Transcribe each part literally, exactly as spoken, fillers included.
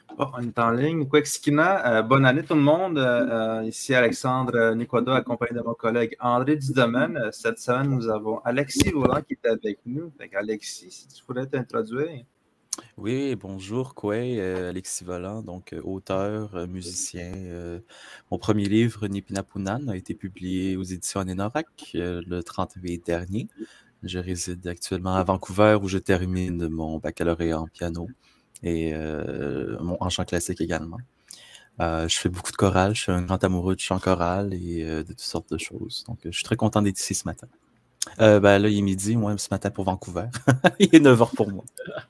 Oh, on est en ligne. Kwekskina, euh, bonne année tout le monde. Euh, euh, ici Alexandre euh, Nicoda, accompagné de mon collègue André Dudomaine. Euh, Cette semaine, nous avons Alexis Volant qui est avec nous. Fait Alexis, si tu pourrais t'introduire. Oui, bonjour, Koué, euh, Alexis Volant, donc euh, auteur, euh, musicien. Euh, mon premier livre, Nipinapunan, a été publié aux éditions Anénorak euh, le trente mai dernier. Je réside actuellement à Vancouver où je termine mon baccalauréat en piano et euh, mon en chant classique également. Euh, je fais beaucoup de chorale, je suis un grand amoureux du chant choral et euh, de toutes sortes de choses. Donc, euh, je suis très content d'être ici ce matin. Euh, ben là, il est midi, moi, ce matin pour Vancouver. Il est neuf heures pour moi.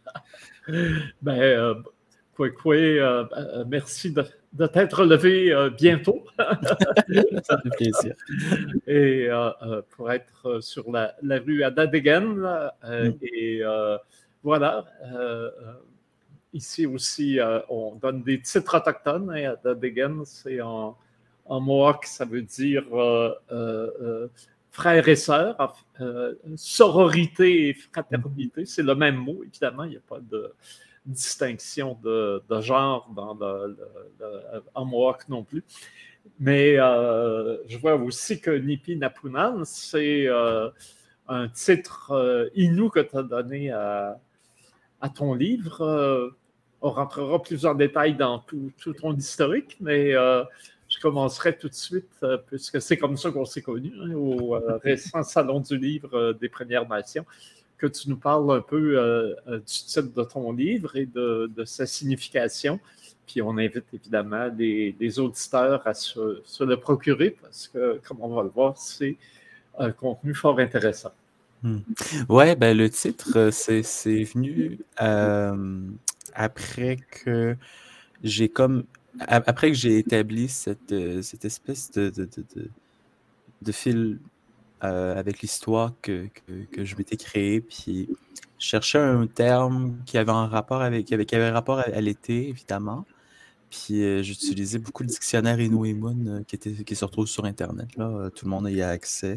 Ben, euh, quoi, quoi, euh, euh, merci de, de t'être levé euh, bientôt. Ça fait plaisir. Et euh, euh, pour être sur la, la rue à Dadegen. Euh, Mm. Et euh, voilà. Euh, ici aussi, euh, on donne des titres autochtones. Et à Dadegen, c'est en, en Mohawk, ça veut dire euh, euh, euh, frères et sœurs, euh, sororité et fraternité. C'est le même mot, évidemment. Il n'y a pas de distinction de, de genre dans le, le, le, en Mohawk non plus. Mais euh, je vois aussi que Nipinapunan, c'est euh, un titre euh, inou que tu as donné à, à ton livre. Euh, on rentrera plus en détail dans tout, tout ton historique, mais euh, je commencerai tout de suite, euh, puisque c'est comme ça qu'on s'est connus, hein, au euh, récent Salon du livre euh, des Premières Nations, que tu nous parles un peu euh, du titre de ton livre et de, de sa signification. Puis on invite évidemment les, les auditeurs à se, se le procurer parce que, comme on va le voir, c'est un contenu fort intéressant. Hmm. Ouais, ben le titre, c'est, c'est venu euh, après que j'ai comme après que j'ai établi cette, cette espèce de, de, de, de, de fil euh, avec l'histoire que, que, que je m'étais créée, puis je cherchais un terme qui avait un rapport avec, avec qui avait rapport à, à l'été, évidemment. Puis euh, j'utilisais beaucoup le dictionnaire Inouïmoun euh, qui, était, qui se retrouve sur Internet. Là. Euh, tout le monde y a accès.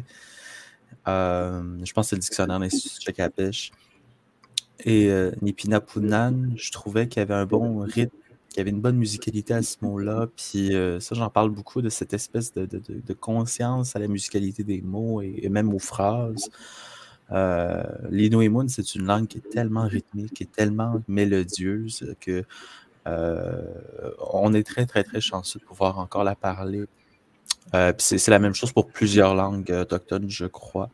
Euh, je pense que c'est le dictionnaire d'Institut Chakapesh. Et euh, Nipinapunan, je trouvais qu'il y avait un bon rythme, qu'il y avait une bonne musicalité à ce mot-là. Puis euh, ça, j'en parle beaucoup de cette espèce de, de, de, de conscience à la musicalité des mots et, et même aux phrases. Euh, L'Inouïmoun, c'est une langue qui est tellement rythmique, qui est tellement mélodieuse que euh, on est très, très, très chanceux de pouvoir encore la parler. Euh, puis c'est, c'est la même chose pour plusieurs langues autochtones, je crois.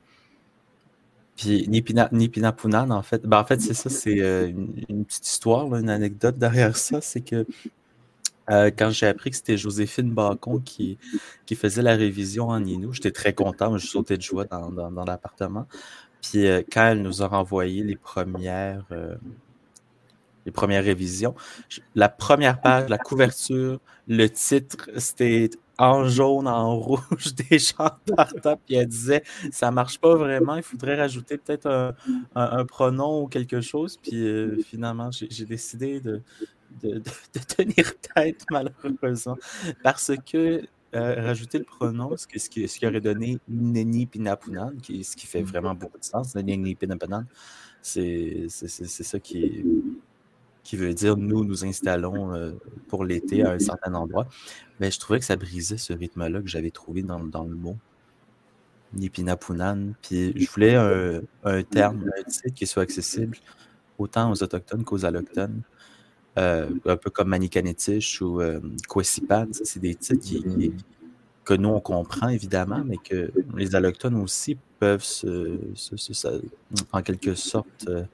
Puis Nipina, Nipinapunan, en fait, ben en fait, c'est ça, c'est euh, une, une petite histoire, là, une anecdote derrière ça, c'est que euh, quand j'ai appris que c'était Joséphine Bacon qui, qui faisait la révision en Inou, j'étais très content, je sautais de joie dans, dans, dans l'appartement. Puis euh, quand elle nous a renvoyé les premières, euh, les premières révisions, je- la première page, la couverture, le titre, c'était en jaune, en rouge, des gens partant, puis elle disait « ça marche pas vraiment, il faudrait rajouter peut-être un, un- un pronom ou quelque chose », puis euh, finalement, j'ai j'ai décidé de, de, de- de tenir tête, malheureusement, parce que euh, rajouter le pronom, ce, que- ce, qui, ce qui aurait donné Neni Pinapunan, qui, ce qui fait vraiment beaucoup de sens, Neni Pinapunan, c'est c'est- c'est- c'est ça qui est qui veut dire nous nous installons euh, pour l'été à un certain endroit, ben, je trouvais que ça brisait ce rythme-là que j'avais trouvé dans, dans le mot Nipinapunan. Puis je voulais un, un terme, un titre qui soit accessible autant aux Autochtones qu'aux Allochtones, euh, un peu comme Manikanetish ou euh, Kwesipan. Ça, c'est des titres qui, qui- que nous, on comprend évidemment, mais que les Allochtones aussi peuvent se, se- se- se- en quelque sorte... euh,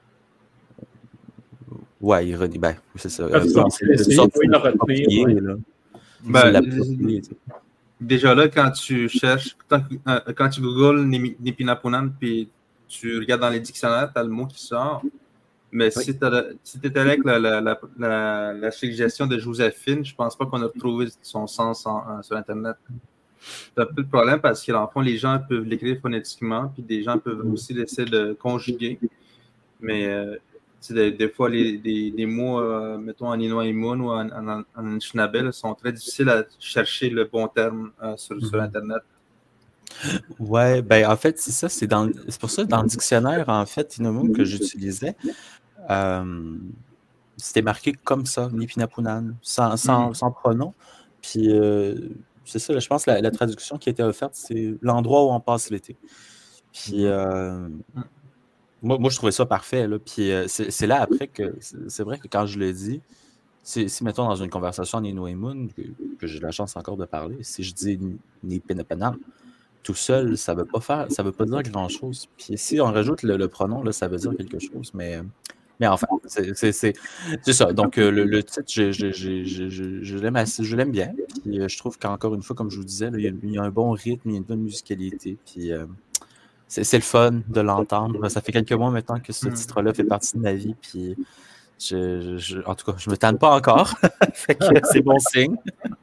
Ouais, ironie, ben, c'est ça. Parce Un peu que en c'est quelque essayé sorte, de se le retenir. l'approprier, Ouais. là. Se Ben, l'approprier, tu sais. déjà là, quand tu cherches, quand, euh, quand tu googles Nimi- Nipinapunan, puis tu regardes dans les dictionnaires, tu as le mot qui sort. Mais Oui. si tu si étais allé avec la, la, la, la, la suggestion de Joséphine, je pense pas qu'on a retrouvé son sens en- en- sur Internet. C'est un peu le problème parce que, dans le fond, les gens peuvent l'écrire phonétiquement, puis des gens peuvent aussi essayer de conjuguer. Mais euh, tu sais, des, des fois, les, des, des mots, euh, mettons en Inouïmoun ou en, en, en Anishinaabe, sont très difficiles à chercher le bon terme euh, sur, sur Mhm. Internet. Ouais, ben en fait, c'est ça, c'est dans c'est pour ça dans le dictionnaire, en fait, Inomoon que j'utilisais. euh, c'était marqué comme ça, Nipinapunan, sans, sans, Mhm. sans pronom. Puis euh, c'est ça, là, je pense que la, la traduction qui a été offerte, c'est l'endroit où on passe l'été. Puis euh, moi, moi, je trouvais ça parfait. Là. Puis euh, c'est c'est là après que c'est c'est vrai que quand je le dis, si, si mettons dans une conversation en Inouïmoun, que, que j'ai la chance encore de parler, si je dis Nipinapunan, tout seul, ça veut pas faire, ça veut pas dire grand-chose. Puis si on rajoute le, le pronom, là, ça veut dire quelque chose. Mais, mais enfin, c'est c'est- c'est- c'est ça. Donc euh, le, le titre, je, je, je, je, je, je l'aime assez- je l'aime bien. Puis euh, je trouve qu'encore une fois, comme je vous disais, là, il, y a, il y a un bon rythme, il y a une bonne musicalité. Puis euh, c'est c'est le fun de l'entendre. Ça fait quelques mois maintenant que ce Mhm. titre-là fait partie de ma vie. Puis je, je- je- en tout cas, je me tanne pas encore. Fait que c'est bon signe.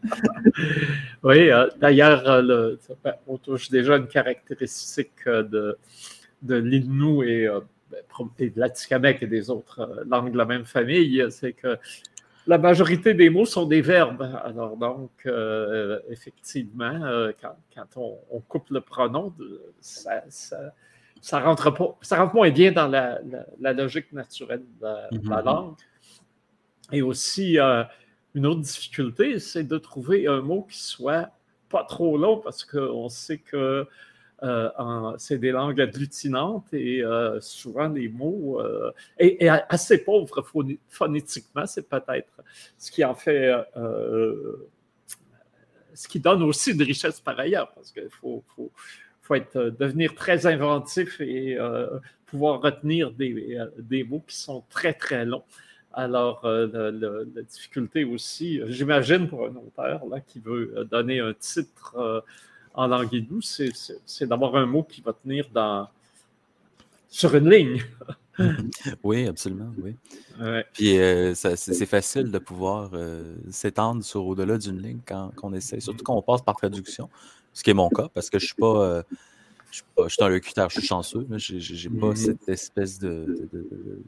Oui, euh, d'ailleurs, euh, le- ben, on touche déjà une caractéristique euh, de, de l'Innu et, euh, ben, pro- et de l'Atikamekw et des autres euh, langues de la même famille, c'est que la majorité des mots sont des verbes. Alors donc, euh, effectivement, euh, quand, quand on, on coupe le pronom, de- ça, ça, ça rentre pas, ça rentre moins bien dans la, la- la logique naturelle de la, de la Mhm. langue. Et aussi, euh, une autre difficulté, c'est de trouver un mot qui soit pas trop long parce qu'on sait que euh, en- c'est des langues agglutinantes et euh, souvent les mots, euh, et, et assez pauvres phoné- phonétiquement, c'est peut-être ce qui en fait, euh, ce qui donne aussi une richesse par ailleurs, parce qu'il faut, faut, faut être, devenir très inventif et euh, pouvoir retenir des, euh, des mots qui sont très, très longs. Alors, euh, le- le- la difficulté aussi, j'imagine pour un auteur là, qui veut donner un titre euh, en langue inou, c'est, c'est, c'est d'avoir un mot qui va tenir dans, sur une ligne. Oui, absolument, oui. Ouais. Puis euh, ça- c'est c'est facile de pouvoir euh, s'étendre sur au-delà d'une ligne quand, quand on essaie, surtout quand on passe par traduction, ce qui est mon cas, parce que je suis pas, euh, je suis pas, je suis un locuteur, je suis chanceux, là, j'ai j'ai- j'ai pas cette espèce de, de- de- de-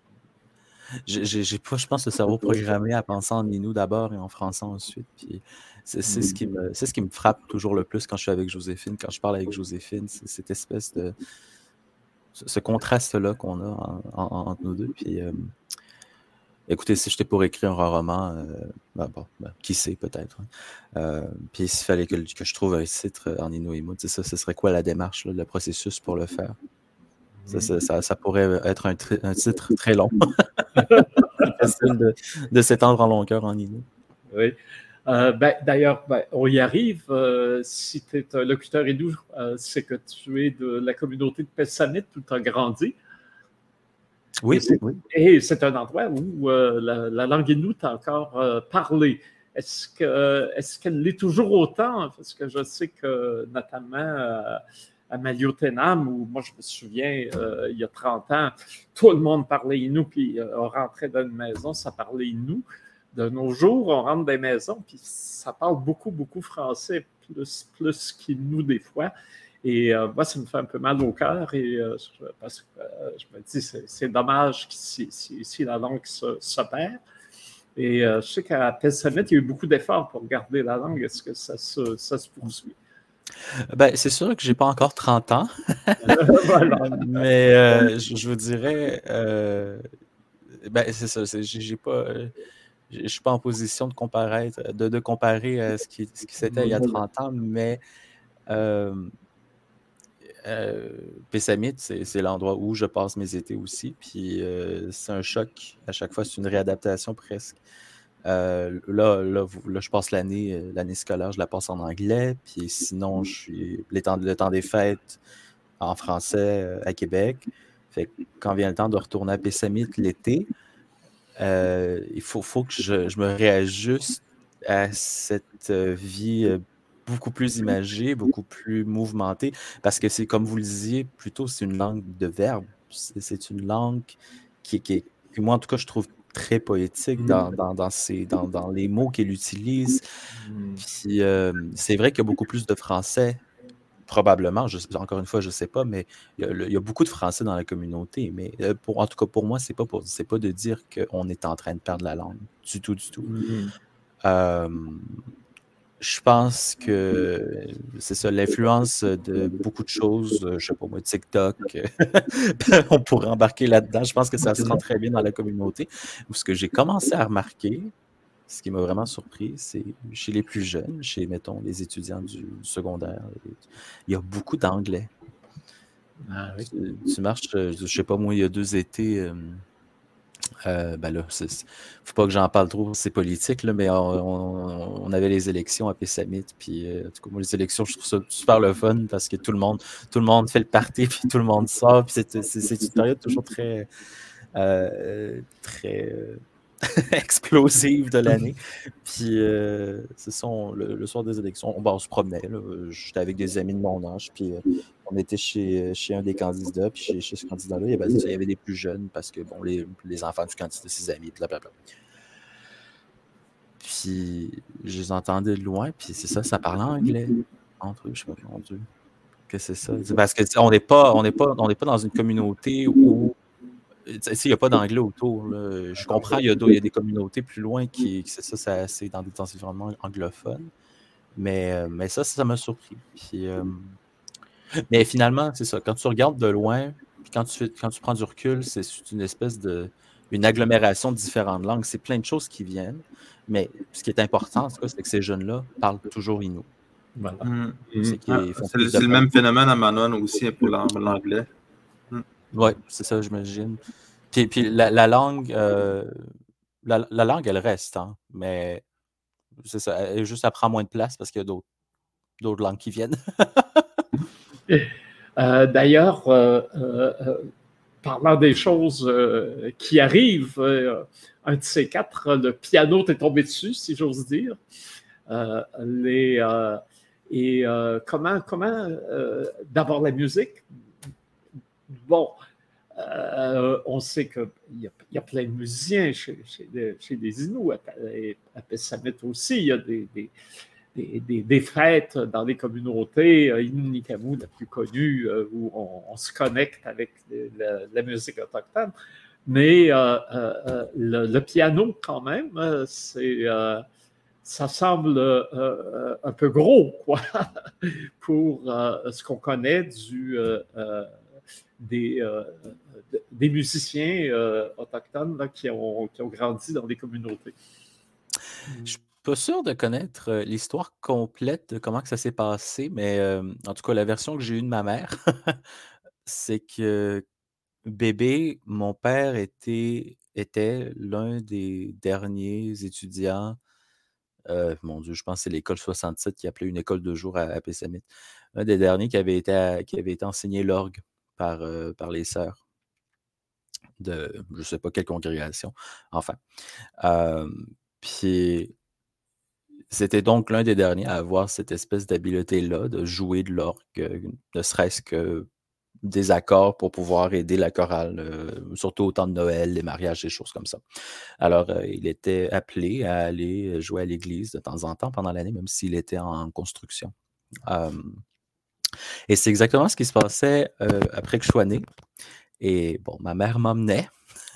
j'ai j'ai- j'ai pas, je pense, le cerveau programmé à penser en inou d'abord et en français ensuite. Puis c'est c'est ce qui me, c'est ce qui me frappe toujours le plus quand je suis avec Joséphine, quand je parle avec Joséphine, c'est cette espèce de, ce, ce contraste-là qu'on a en- en- entre nous deux. Puis euh, écoutez, si j'étais pour écrire un roman, euh, ben bon, ben, qui sait peut-être. Hein. Euh, puis s'il fallait que, que je trouve un titre en Inuit, c'est ça, ce serait quoi la démarche, là, le processus pour le faire? Ça, ça, ça, ça pourrait être un, tri- un titre très long. C'est facile de, de s'étendre en longueur en Inuit. Oui. Euh, ben, d'ailleurs, ben, on y arrive. Euh, si tu es un locuteur inou, euh, c'est que tu es de la communauté de Pessamit où tu as grandi. Oui, Et c'est, oui. et c'est un endroit où euh, la, la langue inou est encore euh, parlée. Est-ce, que, est-ce qu'elle l'est toujours autant? Parce que je sais que, notamment euh, à Maliotenam, où moi je me souviens, euh, il y a trente ans, tout le monde parlait inou, puis euh, on rentrait dans une maison, ça parlait inou. De nos jours, on rentre dans des maisons, puis ça parle beaucoup, beaucoup français, plus, plus qu'inou des fois. Et euh, moi, ça me fait un peu mal au cœur et euh, parce que euh, je me dis c'est, c'est dommage si, si, si la langue se, se perd. Et euh, je sais qu'à Pessamit, il y a eu beaucoup d'efforts pour garder la langue. Est-ce que ça se, ça se poursuit? Ben, c'est sûr que j'ai pas encore trente ans, Voilà. mais euh, je, je vous dirais, euh, ben, c'est ça, c'est- j'ai j'ai pas, euh, je je suis pas en position de comparer, de, de comparer euh, ce qui, ce qui c'était il y a trente ans, mais euh, euh, Pessamit, c'est c'est l'endroit où je passe mes étés aussi, puis euh, c'est un choc à chaque fois, c'est une réadaptation presque. Euh, là, là, vous- là, je passe l'année, euh, l'année scolaire, je la passe en anglais, puis sinon, je suis les temps- le temps des fêtes en français euh, à Québec. Fait que quand vient le temps de retourner à Pessamit l'été, euh, il faut, faut que je, je me réajuste à cette euh, vie euh, beaucoup plus imagée, beaucoup plus mouvementée, parce que c'est comme vous le disiez, plutôt c'est une langue de verbes. C'est c'est une langue qui, qui est, que moi en tout cas je trouve très poétique dans, dans, dans, ses- dans, dans les mots qu'elle utilise. Puis euh, c'est vrai qu'il y a beaucoup plus de français. Probablement, je, encore une fois, je ne sais pas, mais il y, a, le- il y a beaucoup de Français dans la communauté. Mais euh, pour, en tout cas, pour moi, c'est pas pour, c'est pas de dire qu'on est en train de perdre la langue. Du tout, du tout. Mhm. Euh, Je pense que c'est ça, l'influence de beaucoup de choses, euh, je sais pas moi, TikTok, euh, on pourrait embarquer là-dedans. Je pense que ça se rend très bien dans la communauté. Ou ce que j'ai commencé à remarquer, ce qui m'a vraiment surpris, c'est chez les plus jeunes, chez, mettons, les étudiants du, du secondaire, il y a beaucoup d'anglais. Ah oui. Tu, tu marches, euh, je sais pas moi, il y a deux étés, euh, euh, ben là, c'est, c'est- faut pas que j'en parle trop, c'est politique, là, mais on, on- on avait les élections à Pessamit, puis euh, en tout cas, moi, les élections, je trouve ça super le fun parce que tout le monde, tout le monde fait le party, puis tout le monde sort, puis c'est, c'est, c'est une période toujours très, euh, très euh, explosive de l'année. Puis euh, c'est ça, on- le, le soir des élections, on, ben, on se promenait, là. J'étais avec des amis de mon âge, puis euh, on était chez, chez un des candidats, puis chez, chez ce candidat-là, il y avait, il y avait des plus jeunes parce que bon, les, les enfants du candidat, ses amis, blablabla. Puis je les entendais de loin, puis c'est ça, ça parlait anglais entre eux. Je sais pas, mon Dieu, que c'est ça. C'est parce que tu sais, on n'est pas, on n'est pas, on n'est pas dans une communauté où tu sais, il n'y a pas d'anglais autour, là. Je comprends, il y a, d'au- il y a des communautés plus loin qui, qui- c'est ça, c'est c'est dans des environnements anglophones. Mais, euh, mais ça, ça m'a surpris. Puis, euh, mais finalement, c'est ça. Quand tu regardes de loin, puis quand tu fais, quand tu prends du recul, c'est c'est une espèce de une agglomération de différentes langues. C'est plein de choses qui viennent. Mais ce qui est important, en tout cas, c'est que ces jeunes-là parlent toujours Innu. Voilà. Mm. C'est Mhm. Ah, qu'ils font c'est le, plus de c'est le pratiques. même phénomène à Manon aussi pour l'an- l'anglais. Mm. Oui, c'est ça, j'imagine. Puis, puis la, la langue, euh, la, la langue, elle reste, hein, mais c'est ça, elle, juste, elle prend moins de place parce qu'il y a d'autres, d'autres langues qui viennent. Euh, D'ailleurs, euh, euh, euh, parlant des choses euh, qui arrivent, euh, un de ces quatre, le piano t'est tombé dessus, si j'ose dire. Euh, les, euh, et euh, comment, comment euh, d'abord la musique. Bon, euh, on sait qu'il y, y a plein de musiciens chez, chez, les, chez les Inuits, à, à Pessamit aussi, il y a des, des, des, des, des fêtes dans les communautés, euh, Innu-Nikamu, la plus connue, euh, où on, on se connecte avec la, la musique autochtone. Mais euh, euh, le, le piano, quand même, euh, c'est, euh, ça semble euh, un peu gros, quoi, pour euh, ce qu'on connaît du, euh, euh, des, euh, des musiciens euh, autochtones là, qui, ont, qui ont grandi dans des communautés. Je suis pas sûr de connaître euh, l'histoire complète de comment que ça s'est passé, mais euh, en tout cas, la version que j'ai eue de ma mère, c'est que bébé, mon père était, était l'un des derniers étudiants. Euh, mon Dieu, je pense que c'est l'école soixante-sept qui appelait une école de jour à, à Pessamit. Un des derniers qui avait été, à- qui avait été enseigné l'orgue par, euh, par les sœurs de je sais pas quelle congrégation. Enfin. Euh, puis c'était donc l'un des derniers à avoir cette espèce d'habileté-là de jouer de l'orgue, euh, ne serait-ce que des accords pour pouvoir aider la chorale, euh, surtout au temps de Noël, les mariages, des choses comme ça. Alors, euh, il était appelé à aller jouer à l'église de temps en temps pendant l'année, même s'il était en construction. Euh, et c'est exactement ce qui se passait euh, après que je sois né. Et bon, ma mère m'emmenait.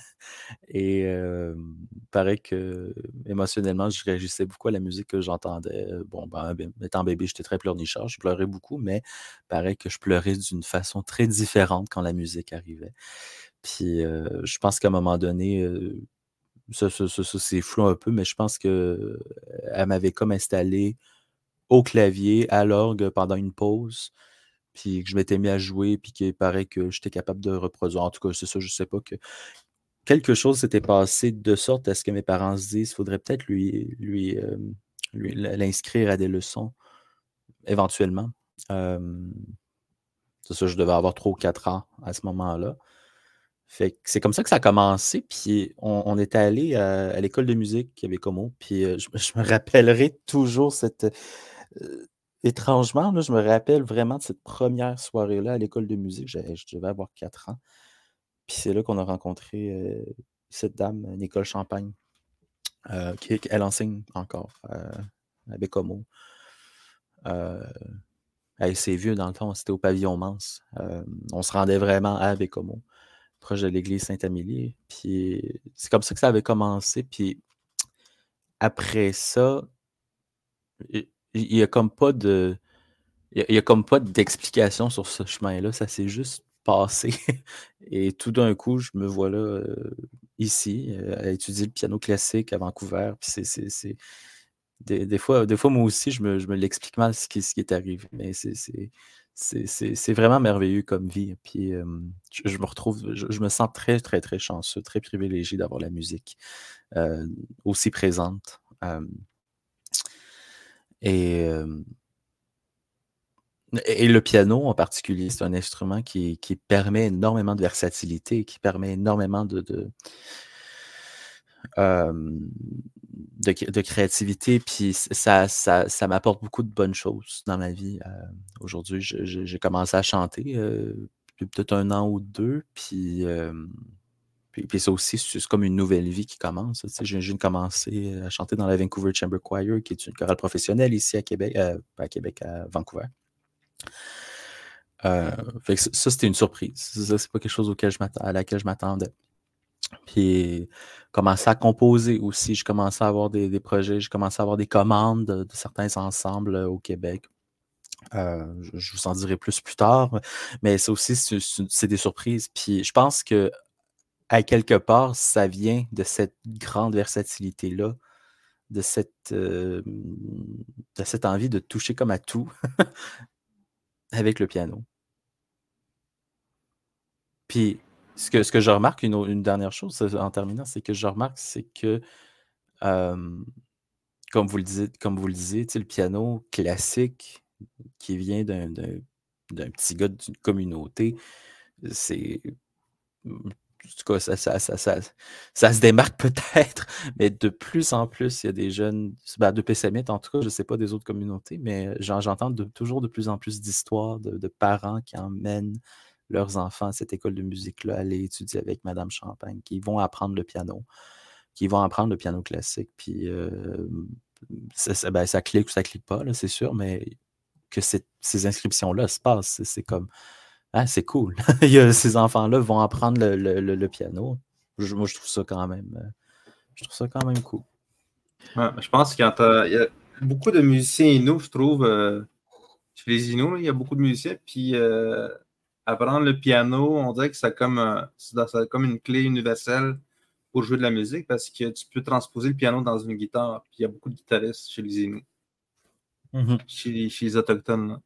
Et euh, il paraît que émotionnellement, je réagissais beaucoup à la musique que j'entendais. Bon, ben, ben, étant bébé, j'étais très pleurnichard, je pleurais beaucoup, mais il paraît que je pleurais d'une façon très différente quand la musique arrivait. Puis euh, je pense qu'à un moment donné, euh, ça, ça, ça, ça, c'est flou un peu, mais je pense que elle m'avait comme installé au clavier, à l'orgue pendant une pause, puis que je m'étais mis à jouer, puis qu'il paraît que j'étais capable de reproduire. En tout cas, c'est ça, je sais pas que quelque chose s'était passé de sorte à ce que mes parents se disent, faudrait peut-être lui, lui, euh, lui l'inscrire à des leçons éventuellement. Euh, c'est ça, je devais avoir trois ou quatre ans à ce moment-là. Fait que c'est comme ça que ça a commencé. Puis on, on était allé à, à l'école de musique avec Como. Puis euh, je, je me rappellerai toujours cette. euh, étrangement, là, je me rappelle vraiment de cette première soirée-là à l'école de musique. Je, je devais avoir quatre ans. Puis c'est là qu'on a rencontré euh, cette dame, Nicole Champagne, euh, qui, qui- elle enseigne encore euh, à Bécomo. Euh, hey, c'est vieux dans le temps, c'était au pavillon Mance. Euh, on se rendait vraiment à Bécomo, proche de l'église Saint-Amélie. Puis c'est comme ça que ça avait commencé. Puis après ça, il n'y a comme pas de. Il n'y a, a comme pas d'explication sur ce chemin-là. Ça s'est juste passé. Et tout d'un coup, je me vois là, euh, ici, euh, à étudier le piano classique à Vancouver. Puis c'est, c'est, c'est... Des, des, fois, des fois, moi aussi, je me, je me l'explique mal ce qui, ce qui est arrivé. Mais c'est, c'est, c'est, c'est, c'est vraiment merveilleux comme vie. Puis euh, je, je me retrouve, je, je me sens très, très, très chanceux, très privilégié d'avoir la musique euh, aussi présente. Euh, et. Euh, Et le piano en particulier, c'est un instrument qui, qui permet énormément de versatilité, qui permet énormément de, de, euh, de, de créativité, puis ça, ça, ça m'apporte beaucoup de bonnes choses dans ma vie. Euh, aujourd'hui, je- je- j'ai commencé à chanter euh, depuis peut-être un an ou deux, puis, euh, puis, puis ça aussi, c'est comme une nouvelle vie qui commence. Tu sais, je viens de commencer à chanter dans la Vancouver Chamber Choir, qui est une chorale professionnelle ici à Québec, euh, pas à Québec, à Vancouver. Euh, fait que ça, c'était une surprise. Ça, c'est pas quelque chose auquel je m'attends, à laquelle je m'attendais. Puis, commencer à composer aussi. Je commençais à avoir des, des projets, je commençais à avoir des commandes de, de certains ensembles euh, au Québec. Euh, je, je vous en dirai plus plus tard, mais ça aussi, c'est, c'est des surprises. Puis, je pense que, à quelque part, ça vient de cette grande versatilité-là, de cette, euh, de cette envie de toucher comme à tout avec le piano. Puis, ce que, ce que je remarque, une, une dernière chose en terminant, c'est que je remarque, c'est que, euh, comme vous le disiez, comme vous le disiez, tu sais, le piano classique qui vient d'un, d'un, d'un petit gars d'une communauté, c'est. En tout cas, ça, ça, ça, ça, ça se démarque peut-être, mais de plus en plus, il y a des jeunes, ben, de Pessamit, en tout cas, je ne sais pas des autres communautés, mais j'en, j'entends de, toujours de plus en plus d'histoires de, de parents qui emmènent leurs enfants à cette école de musique-là, aller étudier avec Madame Champagne, qui vont apprendre le piano, qui vont apprendre le piano classique, puis euh, ça, ça, ben, ça clique ou ça clique pas, là, c'est sûr, mais que cette, ces inscriptions-là se passent, c'est, c'est comme, ah, c'est cool. Il y a, ces enfants-là vont apprendre le, le, le, le piano. Je, moi, je trouve ça quand même, euh, je trouve ça quand même cool. Ouais, je pense qu'il y a beaucoup de musiciens inuits, je trouve. Euh, chez les Inuits, il y a beaucoup de musiciens. Puis euh, apprendre le piano, on dirait que c'est comme, euh, c'est comme une clé universelle pour jouer de la musique parce que tu peux transposer le piano dans une guitare. Puis il y a beaucoup de guitaristes chez les Inuits, mm-hmm. chez, chez les Autochtones. Là.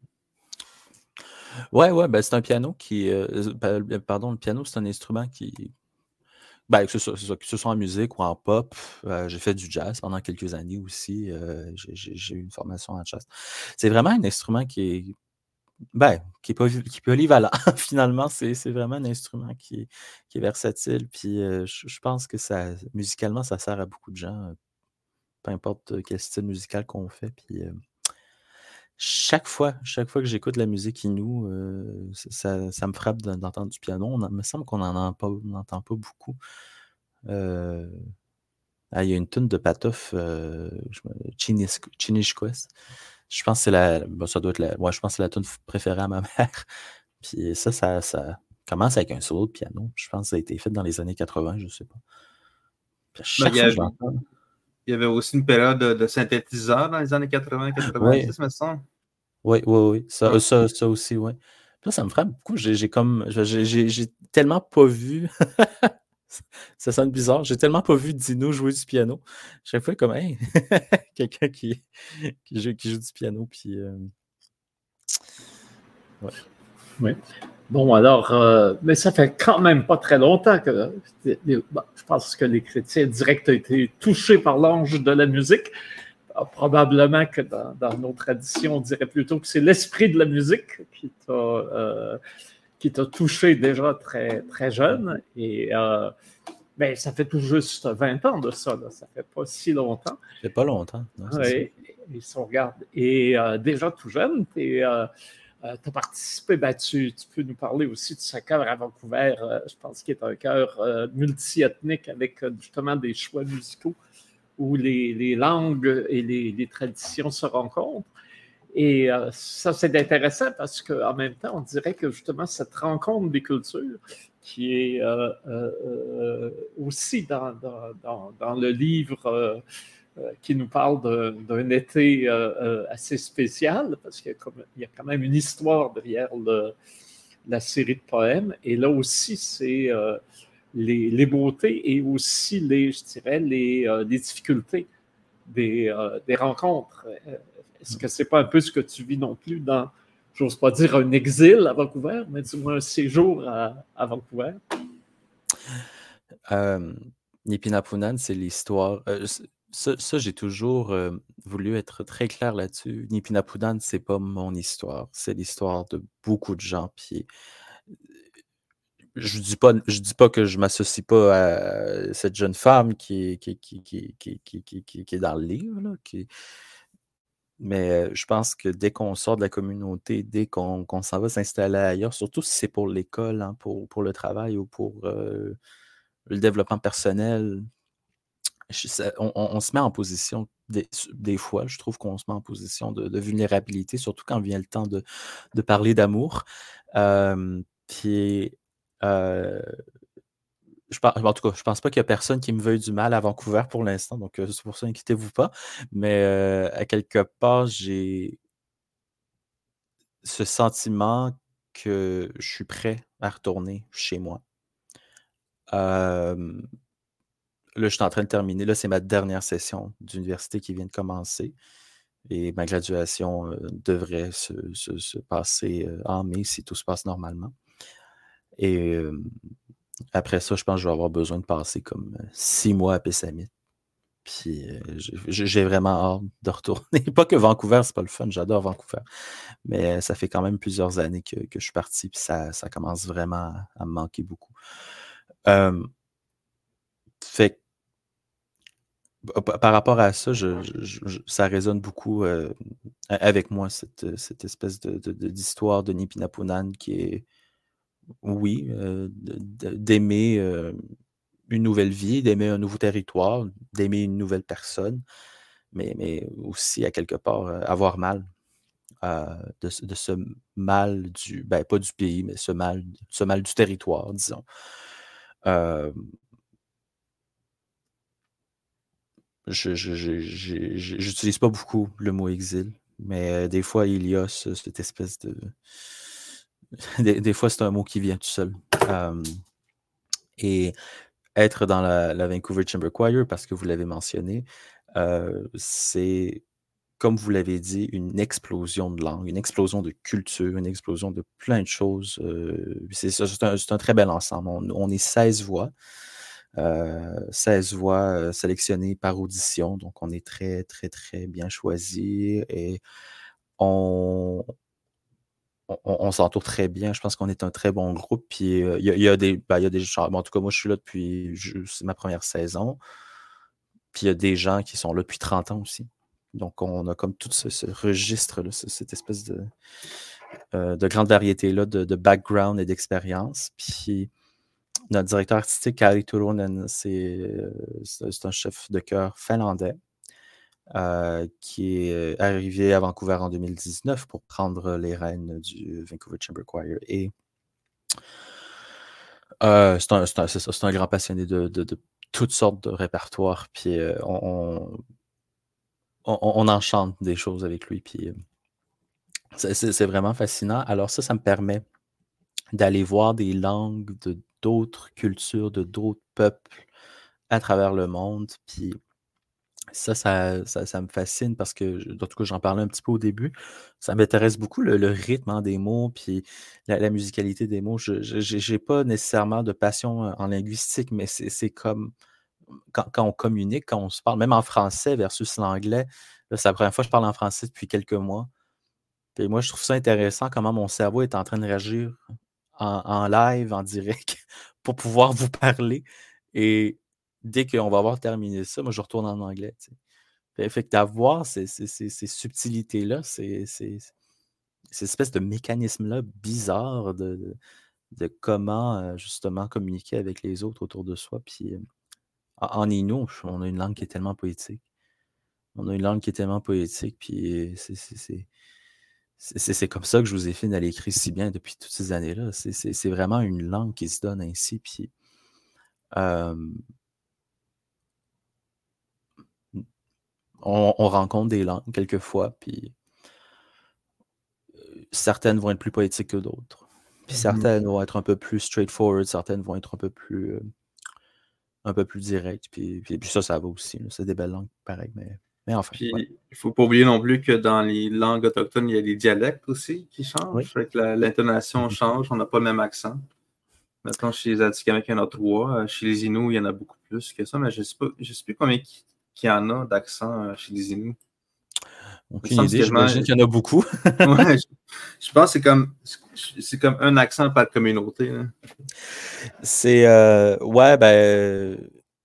Ouais, ouais, ben c'est un piano qui. Euh, pardon, le piano, c'est un instrument qui. Ben, c'est ça, c'est ça, que ce soit en musique ou en pop. Euh, j'ai fait du jazz pendant quelques années aussi. Euh, j'ai, j'ai, j'ai eu une formation en jazz. C'est vraiment un instrument qui est. Ben, qui est, pas, qui est polyvalent. Finalement, c'est, c'est vraiment un instrument qui, qui est versatile. Puis euh, je, je pense que ça, musicalement, ça sert à beaucoup de gens, peu importe quel style musical qu'on fait. Puis euh, chaque fois, chaque fois que j'écoute la musique Inou, euh, ça, ça me frappe d'entendre du piano. On, il me semble qu'on n'en pas, entend pas beaucoup. Euh, ah, il y a une tune de Patoff, euh, Chinish Quest. Je pense que c'est la. Bon, ça doit être la. Ouais, je pense que c'est la tune préférée à ma mère. Puis ça, ça, ça commence avec un solo de piano. Je pense que ça a été fait dans les années quatre-vingts, je ne sais pas. Puis chaque Ben, fois que je l'entends. Il y avait aussi une période de, de synthétiseurs dans les années quatre-vingts quatre-vingt-dix, Oui, me semble. oui, oui, oui. Ça, Ouais. ça, ça aussi, oui. Là, ça me frappe beaucoup. J'ai, j'ai comme. J'ai, j'ai, j'ai tellement pas vu. Ça sonne bizarre. J'ai tellement pas vu Dino jouer du piano. Chaque fois, comme, hey, quelqu'un qui, qui, joue, qui joue du piano. Puis, euh... ouais. Oui. Bon, alors, euh, mais ça fait quand même pas très longtemps que bah, je pense que les chrétiens directs ont été touchés par l'ange de la musique. Alors, probablement que dans, dans nos traditions, on dirait plutôt que c'est l'esprit de la musique qui t'a, euh, qui t'a touché déjà très, très jeune. Et euh, ben, ça fait tout juste vingt ans de ça, là. Ça fait pas si longtemps. Ça fait pas longtemps. Non, c'est oui, et, si on regarde, et euh, déjà tout jeune, tu euh, euh, as participé, ben, tu, tu peux nous parler aussi de ce chœur à Vancouver, euh, je pense qu'il est un chœur euh, multi-ethnique avec euh, justement des choix musicaux où les, les langues et les, les traditions se rencontrent. Et euh, ça, c'est intéressant parce qu'en même temps, on dirait que justement, cette rencontre des cultures qui est euh, euh, aussi dans, dans, dans, dans le livre euh, euh, qui nous parle de, d'un été euh, euh, assez spécial, parce qu'il y a, comme, il y a quand même une histoire derrière le, la série de poèmes. Et là aussi, c'est euh, les, les beautés et aussi, les, je dirais, les, euh, les difficultés des, euh, des rencontres. Est-ce que c'est pas un peu ce que tu vis non plus dans, j'ose pas dire un exil à Vancouver, mais du moins un séjour à, à Vancouver? Euh, Nipinapunan, c'est l'histoire. euh, c- ça, ça, j'ai toujours euh, voulu être très clair là-dessus. Nipinapunan, c'est pas mon histoire. C'est l'histoire de beaucoup de gens. Puis je dis pas, je dis pas que je m'associe pas à cette jeune femme qui, est- qui, qui, qui, qui, qui, qui, qui- qui est dans le livre, là, qui... mais euh, je pense que dès qu'on sort de la communauté, dès qu'on qu'on s'en va s'installer ailleurs, surtout si c'est pour l'école, hein, pour, pour le travail ou pour euh, le développement personnel, je- ça- on, on- on se met en position, des, des fois, je trouve qu'on se met en position de, de vulnérabilité, surtout quand vient le temps de, de parler d'amour. Euh, puis, euh, je pense, en tout cas, je pense pas qu'il y a personne qui me veuille du mal à Vancouver pour l'instant, donc euh, c'est pour ça, inquiétez-vous pas. Mais euh, à quelque part, j'ai ce sentiment que je suis prêt à retourner chez moi. Euh, là, je suis en train de terminer. Là, c'est ma dernière session d'université qui vient de commencer. Et ma graduation euh, devrait se, se- se passer euh, en mai si tout se passe normalement. Et euh, après ça, je pense que je vais avoir besoin de passer comme euh, six mois à Pessamit. Puis euh, j'ai j'ai vraiment hâte de retourner. Pas que Vancouver, c'est pas le fun, j'adore Vancouver. Mais ça fait quand même plusieurs années que, que je suis parti, puis ça, ça commence vraiment à, à me manquer beaucoup. Euh, fait que, pa- par rapport à ça, je, je- je- ça résonne beaucoup euh, a- avec moi, cette, cette espèce de, de- de- d'histoire de Nipinapunan qui est, oui, euh, de- de- d'aimer euh, une nouvelle vie, d'aimer un nouveau territoire, d'aimer une nouvelle personne, mais, mais aussi à quelque part euh, avoir mal. euh, de, ce- de ce mal du, ben pas du pays, mais ce mal, ce mal du territoire, disons. Euh, je, je, je- je- je- j'utilise pas beaucoup le mot exil, mais euh, des fois, il y a ce- cette espèce de... Des, des fois, c'est un mot qui vient tout seul. Euh, et être dans la, la Vancouver Chamber Choir, parce que vous l'avez mentionné, euh, c'est, comme vous l'avez dit, une explosion de langue, une explosion de culture, une explosion de plein de choses. Euh, c'est, ça, c'est, un, c'est un très bel ensemble. On, on est seize voix, euh, seize voix euh, sélectionnées par audition, donc on est très, très, très bien choisis et on, on, on s'entoure très bien. Je pense qu'on est un très bon groupe. Puis il euh, y, a, y a des, ben, y a des gens. Bon, en tout cas, moi, je suis là depuis. je- c'est ma première saison. Puis il y a des gens qui sont là depuis trente ans aussi. Donc, on a comme tout ce, ce registre-là, ce- cette espèce de, euh, de grande variété-là de, de background et d'expérience. Puis notre directeur artistique, Kari Turunen, c'est, euh, c'est c'est un chef de chœur finlandais euh, qui est arrivé à Vancouver en deux mille dix-neuf pour prendre les rênes du Vancouver Chamber Choir. Et euh, c'est un, c'est un, c'est ça, c'est un grand passionné de, de, de toutes sortes de répertoires. Puis euh, on, on, on enchante des choses avec lui. Puis euh, c'est, c'est- c'est vraiment fascinant. Alors ça, ça me permet d'aller voir des langues de d'autres cultures, de d'autres peuples à travers le monde. Puis ça, ça, ça, ça me fascine parce que, je- en tout cas, j'en parlais un petit peu au début. Ça m'intéresse beaucoup le, le rythme hein, des mots, puis la, la musicalité des mots. Je je- j'ai j'ai pas nécessairement de passion euh, en linguistique, mais c'est c'est comme quand, quand on communique, quand on se parle, même en français versus l'anglais. Là, c'est la première fois que je parle en français depuis quelques mois. Puis moi, je trouve ça intéressant comment mon cerveau est en train de réagir en, en live, en direct, pour pouvoir vous parler. Et dès qu'on va avoir terminé ça, moi, je retourne en anglais. Tu sais. Fait, fait que d'avoir ces, ces, ces, ces subtilités-là, ces, ces, ces espèces de mécanismes-là bizarres de, de, de comment euh, justement communiquer avec les autres autour de soi. Puis euh, en en Innu, on a une langue qui est tellement poétique. On a une langue qui est tellement poétique, puis c'est c'est- c'est- c'est- c'est- c'est comme ça que je vous ai fait d'aller écrire si bien depuis toutes ces années-là. C'est c'est- c'est vraiment une langue qui se donne ainsi. Puis, euh, on, on rencontre des langues quelquefois, puis certaines vont être plus poétiques que d'autres. Puis certaines vont être un peu plus straightforward, certaines vont être un peu plus, euh, un peu plus directes. Puis, puis, puis ça, ça va aussi. là. C'est des belles langues, pareil. Mais, mais enfin. Puis, ouais. il ne faut pas oublier non plus que dans les langues autochtones, il y a des dialectes aussi qui changent. Oui. Fait que la- l'intonation change, on n'a pas le même accent. Maintenant, chez les Atikamekw, il y en a trois. Euh, Chez les Inuits, il y en a beaucoup plus que ça, mais je ne sais pas, je sais plus combien qui- qu'il y en a d'accents euh, chez les Inuits. Il me Aucune semble idée, quasiment- j'imagine qu'il y en a beaucoup. Ouais, je, je pense que c'est comme, c'est comme un accent par communauté. là. C'est. euh, ouais, ben.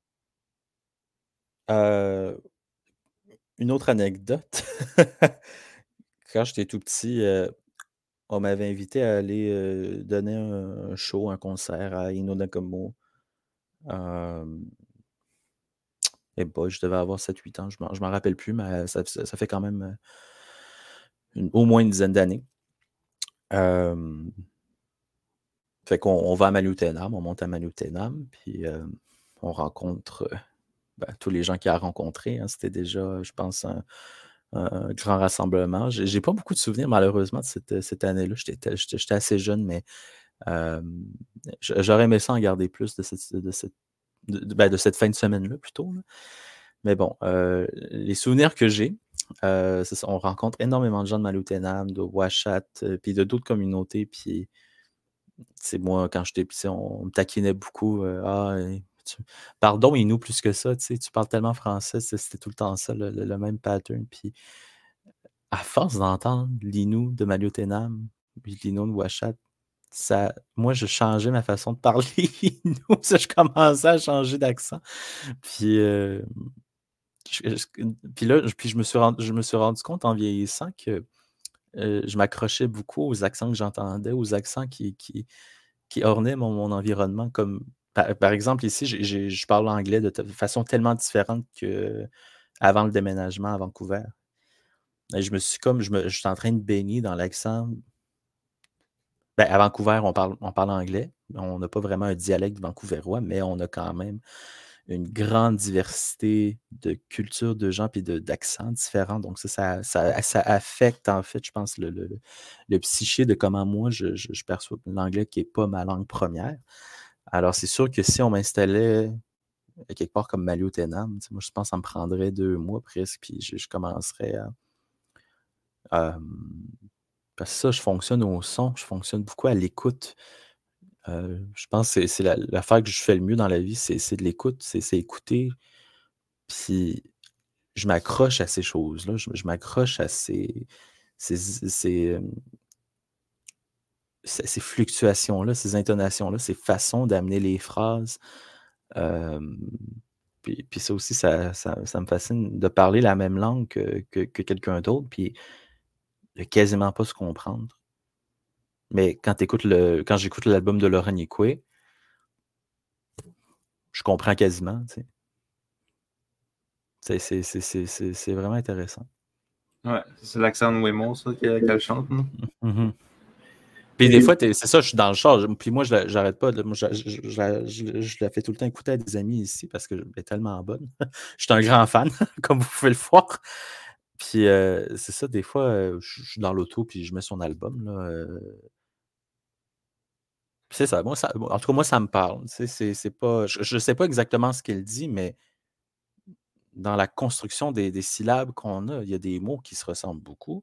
euh, une autre anecdote. Quand j'étais tout petit, euh, on m'avait invité à aller euh, donner un, un show, un concert à Inonakamu. Euh, et boy, je devais avoir sept huit ans, je m'en, je m'en rappelle plus, mais ça, ça- ça fait quand même euh, une- au moins une dizaine d'années. Euh, fait qu'on on va à Maliotenam, on monte à Maliotenam, puis euh, on rencontre euh, ben, tous les gens qu'il y a rencontrés. hein. C'était déjà, je pense, un, un grand rassemblement. J'ai, j'ai pas beaucoup de souvenirs, malheureusement, de cette, cette année-là. J'étais, j'étais, j'étais assez jeune, mais euh, j- j'aurais aimé ça en garder plus de cette, de cette, de, de- ben, de cette fin de semaine-là, plutôt. là. Mais bon, euh, les souvenirs que j'ai, euh, c'est ça, on rencontre énormément de gens de Maliotenam, de Ouachat, euh, puis de d'autres communautés. Puis, c'est moi, quand j'étais petit, on, on me taquinait beaucoup. euh, ah, euh, tu- pardon, et nous plus que ça, tu sais, tu parles tellement français, c'est- c'était tout le temps ça, le, le- le même pattern. Puis, à force d'entendre l'Inou de Maliotenam, puis l'Inou de Ouachat, ça, moi, je changeais ma façon de parler Inou, ça, je commençais à changer d'accent. Puis, euh, je- je- puis là, je- puis je me suis rendu, je me suis rendu compte en vieillissant que euh, je m'accrochais beaucoup aux accents que j'entendais, aux accents qui, qui, qui ornaient mon, mon environnement. Comme, par, par exemple, ici, j'ai- j'ai- je parle anglais de, t- de façon tellement différente que avant le déménagement à Vancouver. Et je me suis comme, je, me, je suis en train de baigner dans l'accent. Ben, à Vancouver, on parle, on parle anglais. On n'a pas vraiment un dialecte vancouverois, mais on a quand même une grande diversité de cultures de gens puis de, d'accents différents. Donc, ça, ça, ça, ça affecte, en fait, je pense, le, le, le psyché de comment moi, je, je, je perçois l'anglais qui n'est pas ma langue première. Alors, c'est sûr que si on m'installait quelque part comme Maliotenam, moi, je pense que ça me prendrait deux mois presque, puis je, je commencerais à... à parce que ça, je fonctionne au son, je fonctionne beaucoup à l'écoute. Euh, je pense que c'est, c'est la, l'affaire que je fais le mieux dans la vie, c'est, c'est de l'écoute, c'est, c'est écouter. Puis je m'accroche à ces choses-là, je, je m'accroche à ces, ces, ces, euh, ces- ces fluctuations-là, ces intonations-là, ces façons d'amener les phrases. Euh, puis, puis ça aussi, ça, ça, ça me fascine de parler la même langue que, que, que quelqu'un d'autre, puis de quasiment pas se comprendre. Mais quand, écoutes le, quand j'écoute l'album de Laurent Nicoué, je comprends quasiment. tu sais. C'est, c'est, c'est, c'est, c'est, c'est vraiment intéressant. Ouais, c'est l'accent de Wemo, ça, qu'elle qu'elle chante. non? Mhm. Puis des fois, t'es- c'est ça, je suis dans le char. je- Puis moi, je la- j'arrête pas. de- moi, je, je- je la- je- je la fais tout le temps écouter à des amis ici parce qu'elle est tellement bonne. Je suis un grand fan, comme vous pouvez le voir. Puis euh, c'est ça, des fois, euh, je je suis dans l'auto puis je mets son album. Là, euh, puis c'est ça. Moi, ça. En tout cas, moi, ça me parle. tu sais, C'est, c'est pas, je ne sais pas exactement ce qu'elle dit, mais dans la construction des, des syllabes qu'on a, il y a des mots qui se ressemblent beaucoup.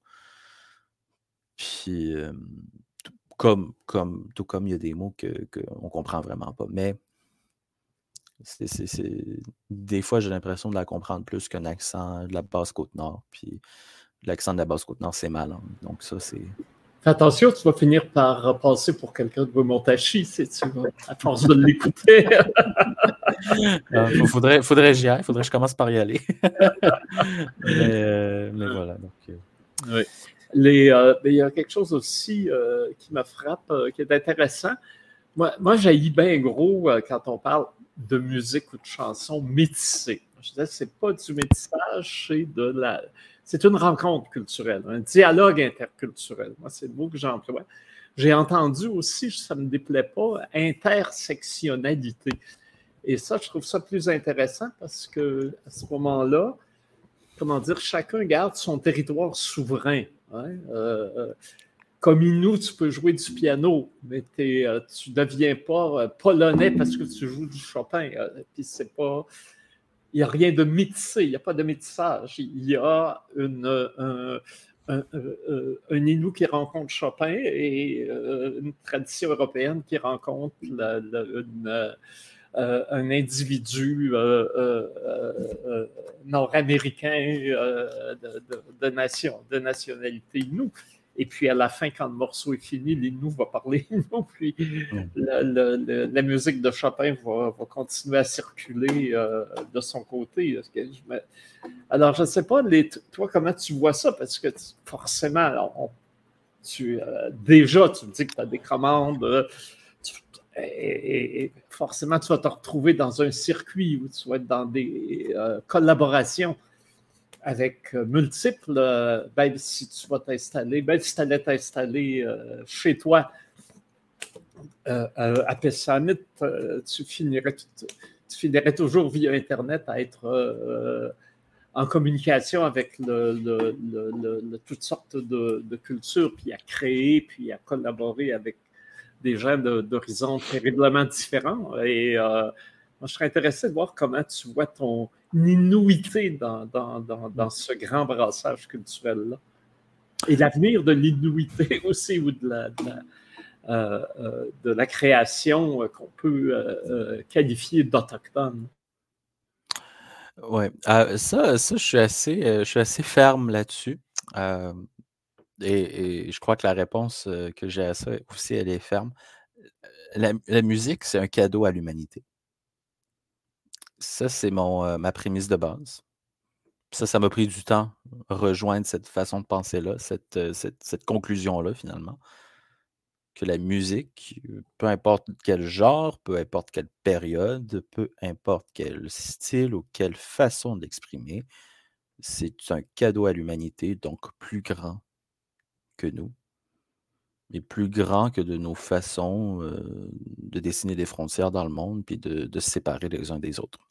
Puis, euh, tout comme, comme, tout comme il y a des mots qu'on que on comprend vraiment pas. Mais c'est, c'est, c'est- des fois, j'ai l'impression de la comprendre plus qu'un accent de la Basse-Côte-Nord. Puis l'accent de la Basse-Côte-Nord, c'est ma langue. Donc ça, c'est... Fais attention, tu vas finir par passer pour quelqu'un de Montachi, si tu vas, à force de l'écouter. Ah, faut- faudrait, faudrait que j'y aille. Faudrait que je commence par y aller. mais, euh, mais voilà. Donc, euh, Oui. Les, euh, mais il y a quelque chose aussi euh, qui me frappe, euh, qui est intéressant. Moi, moi j'haïs bien gros euh, quand on parle de musique ou de chansons métissées. Je disais, c'est pas du métissage, c'est de la... C'est une rencontre culturelle, un dialogue interculturel. Moi, c'est le mot que j'emploie. J'ai entendu aussi, ça ne me déplaît pas, intersectionnalité. Et ça, je trouve ça plus intéressant parce que à ce moment-là, comment dire, chacun garde son territoire souverain. Hein? Euh, euh, comme Inou, tu peux jouer du piano, mais euh, tu ne deviens pas euh, polonais parce que tu joues du Chopin. Euh, puis c'est pas, il n'y a rien de métissé, il n'y a pas de métissage. Il y a une, un, un, un, un Inou qui rencontre Chopin et euh, une tradition européenne qui rencontre la, la, une, euh, un individu euh, euh, euh, nord-américain euh, de, de, de, nation, de nationalité Inou. Et puis, à la fin, quand le morceau est fini, l'Inou va parler Inou, puis mm. la, la, la, la musique de Chopin va, va continuer à circuler euh, de son côté. Alors, je ne sais pas, les, toi, comment tu vois ça? Parce que forcément, on, tu, euh, déjà, tu me dis que tu as des commandes, euh, tu, et, et forcément, tu vas te retrouver dans un circuit où tu vas être dans des euh, collaborations avec euh, multiples, euh, ben, si tu vas t'installer, ben, si tu allais t'installer euh, chez toi euh, euh, à Pessamit, euh, tu, finirais, tu, tu finirais toujours via Internet à être euh, en communication avec le, le, le, le, toutes sortes de, de cultures, puis à créer, puis à collaborer avec des gens d'horizons terriblement différents. Et euh, moi, je serais intéressé de voir comment tu vois ton inouïté dans, dans, dans, dans ce grand brassage culturel-là. Et l'avenir de l'inouïté aussi, ou de la, de la, euh, euh, de la création euh, qu'on peut euh, qualifier d'autochtone. Oui, euh, ça, ça, je suis assez, euh, je suis assez ferme là-dessus. Euh, et, et je crois que la réponse euh, que j'ai à ça aussi, elle est ferme. La, la musique, c'est un cadeau à l'humanité. Ça, c'est mon euh, ma prémisse de base. Ça, ça m'a pris du temps rejoindre cette façon de penser-là, cette, euh, cette, cette conclusion-là, finalement. Que la musique, peu importe quel genre, peu importe quelle période, peu importe quel style ou quelle façon d'exprimer, c'est un cadeau à l'humanité, donc plus grand que nous, et plus grand que de nos façons euh, de dessiner des frontières dans le monde, puis de, de se séparer les uns des autres.